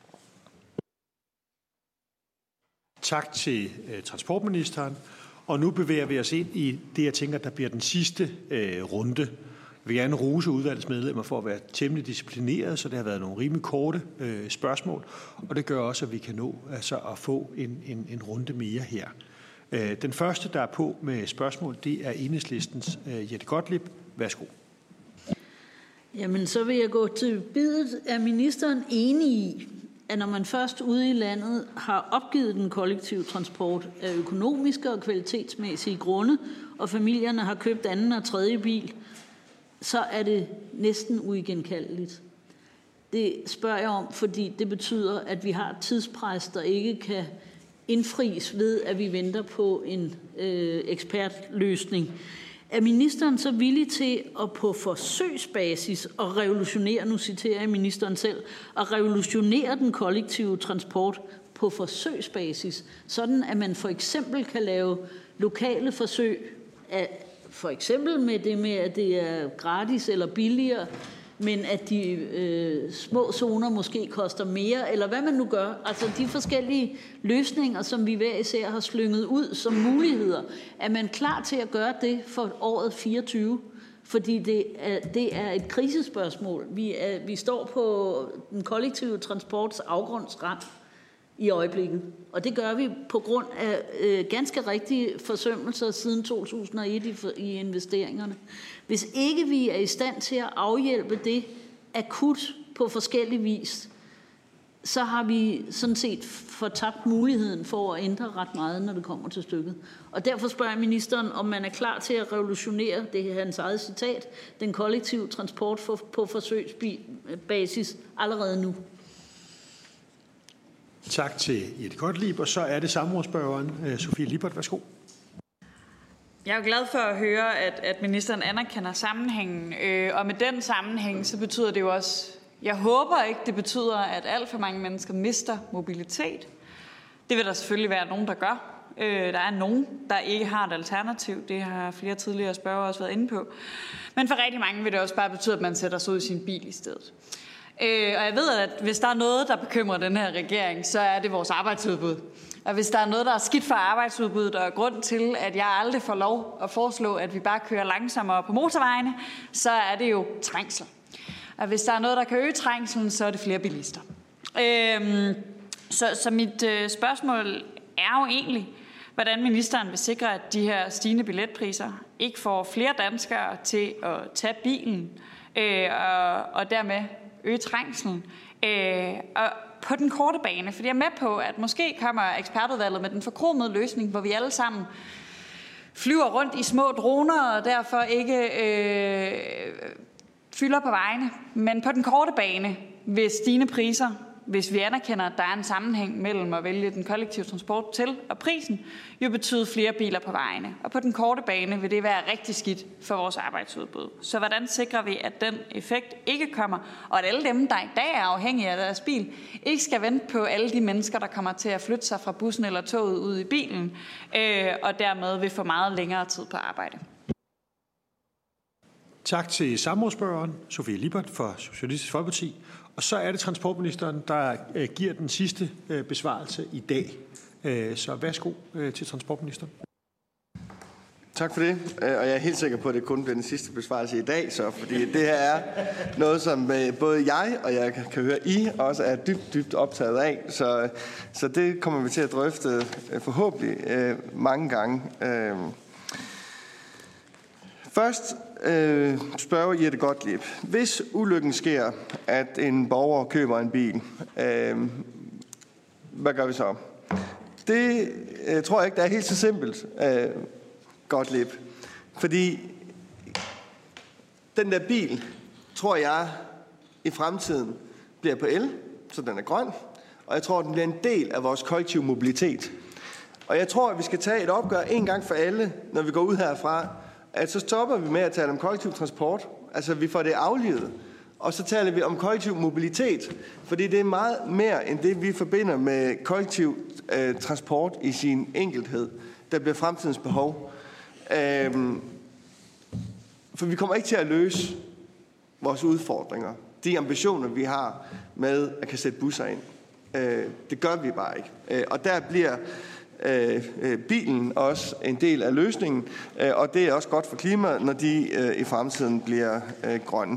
Tak til transportministeren. Og nu bevæger vi os ind i det, jeg tænker, der bliver den sidste runde. Jeg vil gerne rose udvalgets medlemmer for at være temmelig disciplineret, så det har været nogle rimelig korte spørgsmål. Og det gør også, at vi kan nå altså, at få en runde mere her. Den første, der er på med spørgsmål, det er Enhedslistens Jette Gottlieb. Værsgo. Jamen, så vil jeg gå til bidet. Er ministeren enig i, at når man først ude i landet har opgivet den kollektive transport af økonomiske og kvalitetsmæssige grunde, og familierne har købt anden og tredje bil, så er det næsten uigenkaldeligt? Det spørger jeg om, fordi det betyder, at vi har et tidspres, der ikke kan indfries ved, at vi venter på en ekspertløsning. Er ministeren så villig til at på forsøgsbasis at revolutionere, nu citerer jeg ministeren selv, at revolutionere den kollektive transport på forsøgsbasis, sådan at man for eksempel kan lave lokale forsøg, for eksempel med det med, at det er gratis eller billigere, men at de små zoner måske koster mere, eller hvad man nu gør. Altså de forskellige løsninger, som vi hver især har slynget ud som muligheder. Er man klar til at gøre det for året 24? Fordi det er et krisespørgsmål. Vi står på den kollektive transports afgrundsrand i øjeblikket. Og det gør vi på grund af ganske rigtige forsømmelser siden 2001 i investeringerne. Hvis ikke vi er i stand til at afhjælpe det akut på forskellig vis, så har vi sådan set fortabt muligheden for at ændre ret meget, når det kommer til stykket. Og derfor spørger jeg ministeren, om man er klar til at revolutionere, det er hans eget citat, den kollektive transport på forsøgsbasis allerede nu. Tak til Jette Gottlieb, og så er det samrådsspørgeren Sofie Lippert. Værsgo. Jeg er jo glad for at høre, at ministeren anerkender sammenhængen, og med den sammenhæng, så betyder det jo også, jeg håber ikke, det betyder, at alt for mange mennesker mister mobilitet. Det vil der selvfølgelig være nogen, der gør. Der er nogen, der ikke har et alternativ. Det har flere tidligere spørgere også været inde på. Men for rigtig mange vil det også bare betyde, at man sætter sig ud i sin bil i stedet. Og jeg ved, at hvis der er noget, der bekymrer den her regering, så er det vores arbejdsudbud. Og hvis der er noget, der er skidt for arbejdsudbuddet, og er grund til, at jeg aldrig får lov at foreslå, at vi bare kører langsommere på motorvejene, så er det jo trængsel. Og hvis der er noget, der kan øge trængselen, så er det flere bilister. Så mit spørgsmål er jo egentlig, hvordan ministeren vil sikre, at de her stigende billetpriser ikke får flere danskere til at tage bilen, og dermed øge trængselen. Og på den korte bane, fordi jeg er med på, at måske kommer ekspertudvalget med den forkromede løsning, hvor vi alle sammen flyver rundt i små droner, og derfor ikke fylder på vejene. Men på den korte bane, ved stigende priser, hvis vi anerkender, at der er en sammenhæng mellem at vælge den kollektive transport til og prisen, jo betyder flere biler på vejene. Og på den korte bane vil det være rigtig skidt for vores arbejdsudbud. Så hvordan sikrer vi, at den effekt ikke kommer, og at alle dem, der i dag er afhængige af deres bil, ikke skal vente på alle de mennesker, der kommer til at flytte sig fra bussen eller toget ud i bilen, og dermed vil få meget længere tid på arbejde? Tak til samrådsspørgeren Sofie Lippert fra Socialistisk Folkeparti. Og så er det transportministeren, der giver den sidste besvarelse i dag. Så værsgo til transportministeren. Tak for det, og jeg er helt sikker på, at det kun bliver den sidste besvarelse i dag, fordi det her er noget, som både jeg og jeg kan høre, I også er dybt optaget af, så det kommer vi til at drøfte forhåbentlig mange gange. Først spørger Jette Gottlieb. Hvis ulykken sker, at en borger køber en bil, hvad gør vi så? Det tror jeg ikke, der er helt så simpelt, Gottlieb. Fordi den der bil, tror jeg, i fremtiden bliver på el, så den er grøn. Og jeg tror, den bliver en del af vores kollektive mobilitet. Og jeg tror, at vi skal tage et opgør en gang for alle, når vi går ud herfra, at så stopper vi med at tale om kollektiv transport. Altså, vi får det aflivet. Og så taler vi om kollektiv mobilitet, fordi det er meget mere end det, vi forbinder med kollektiv transport i sin enkelthed, der bliver fremtidens behov. For vi kommer ikke til at løse vores udfordringer, de ambitioner, vi har med at kan sætte busser ind. Det gør vi bare ikke. Og der bliver bilen også en del af løsningen, og det er også godt for klimaet, når de i fremtiden bliver grønne.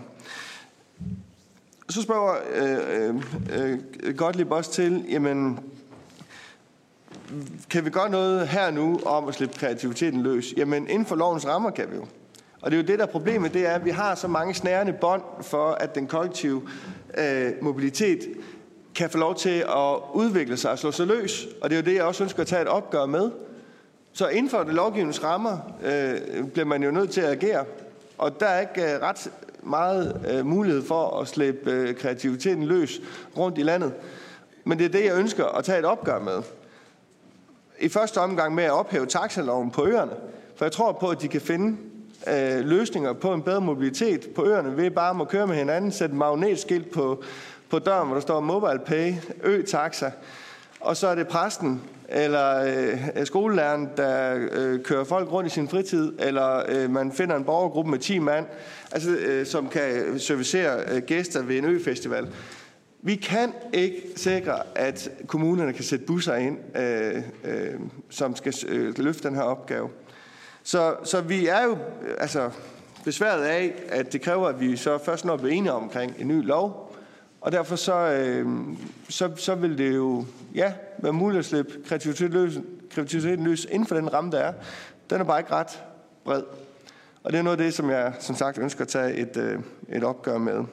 Så spørger Gottlieb også til, jamen, kan vi gøre noget her nu om at slippe kreativiteten løs? Jamen, inden for lovens rammer kan vi jo. Og det er jo det, der er problemet, det er, at vi har så mange snærende bånd for, at den kollektive mobilitet kan få lov til at udvikle sig og slå sig løs. Og det er jo det, jeg også ønsker at tage et opgør med. Så inden for det lovgivningens rammer bliver man jo nødt til at agere. Og der er ikke ret meget mulighed for at slippe kreativiteten løs rundt i landet. Men det er det, jeg ønsker at tage et opgør med. I første omgang med at ophæve taxaloven på øerne. For jeg tror på, at de kan finde løsninger på en bedre mobilitet på øerne ved bare at køre med hinanden, sætte magnetskilt på døren, hvor der står MobilePay, ø-taxa, og så er det præsten eller skolelæreren, der kører folk rundt i sin fritid, eller man finder en borgergruppe med 10 mand, som kan servicere gæster ved en øfestival. Vi kan ikke sikre, at kommunerne kan sætte busser ind, som skal løfte den her opgave. Så vi er jo besværet af, at det kræver, at vi så først når vi er enige omkring en ny lov, og derfor så vil det jo være muligt at slippe kreativiteten løs inden for den ramme, der er. Den er bare ikke ret bred. Og det er noget af det, som jeg som sagt ønsker at tage et opgør med.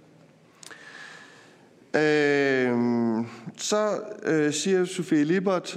Så siger Sofie Lippert,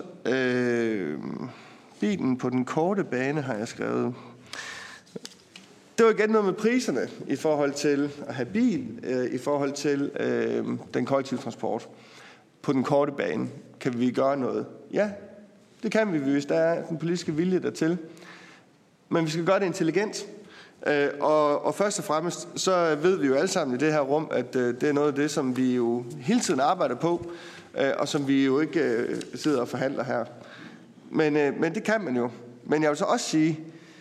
bilen på den korte bane har jeg skrevet. Det var igen noget med priserne i forhold til at have bil, i forhold til den kollektive transport. På den korte bane kan vi gøre noget. Ja, det kan vi, hvis der er den politiske vilje dertil. Men vi skal gøre det intelligent. Og først og fremmest, så ved vi jo alle sammen i det her rum, at det er noget af det, som vi jo hele tiden arbejder på, og som vi jo ikke sidder og forhandler her. Men det kan man jo. Men jeg vil så også sige,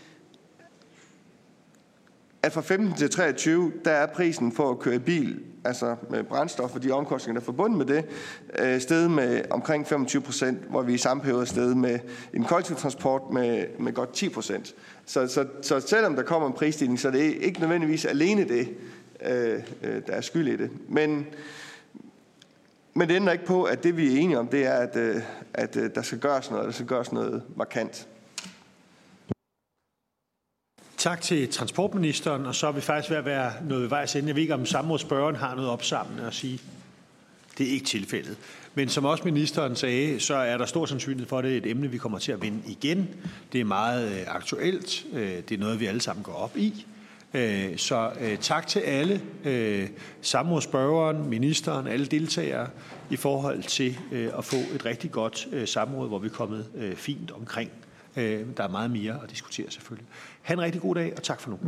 at fra 15 til 23, der er prisen for at køre i bil, altså med brændstof og de omkostninger, der er forbundet med det, steget med omkring 25%, hvor vi i samme periode er steget med en kollektiv transport med godt 10%. Så selvom der kommer en prisstigning, så er det ikke nødvendigvis alene det, der er skyld i det. Men det ændrer ikke på, at det vi er enige om, det er, at der skal gøres noget markant. Tak til transportministeren, og så er vi faktisk ved at være noget ved vejs ende. Jeg ved ikke, om samrådsspørgeren har noget opsamlende at sige. Det er ikke tilfældet. Men som også ministeren sagde, så er der stor sandsynlighed for, at det er et emne, vi kommer til at vende igen. Det er meget aktuelt. Det er noget, vi alle sammen går op i. Så tak til alle, samrådsspørgeren, ministeren, alle deltagere, i forhold til at få et rigtig godt samråd, hvor vi er kommet fint omkring. Der er meget mere at diskutere selvfølgelig. Ha' en rigtig god dag, og tak for nu.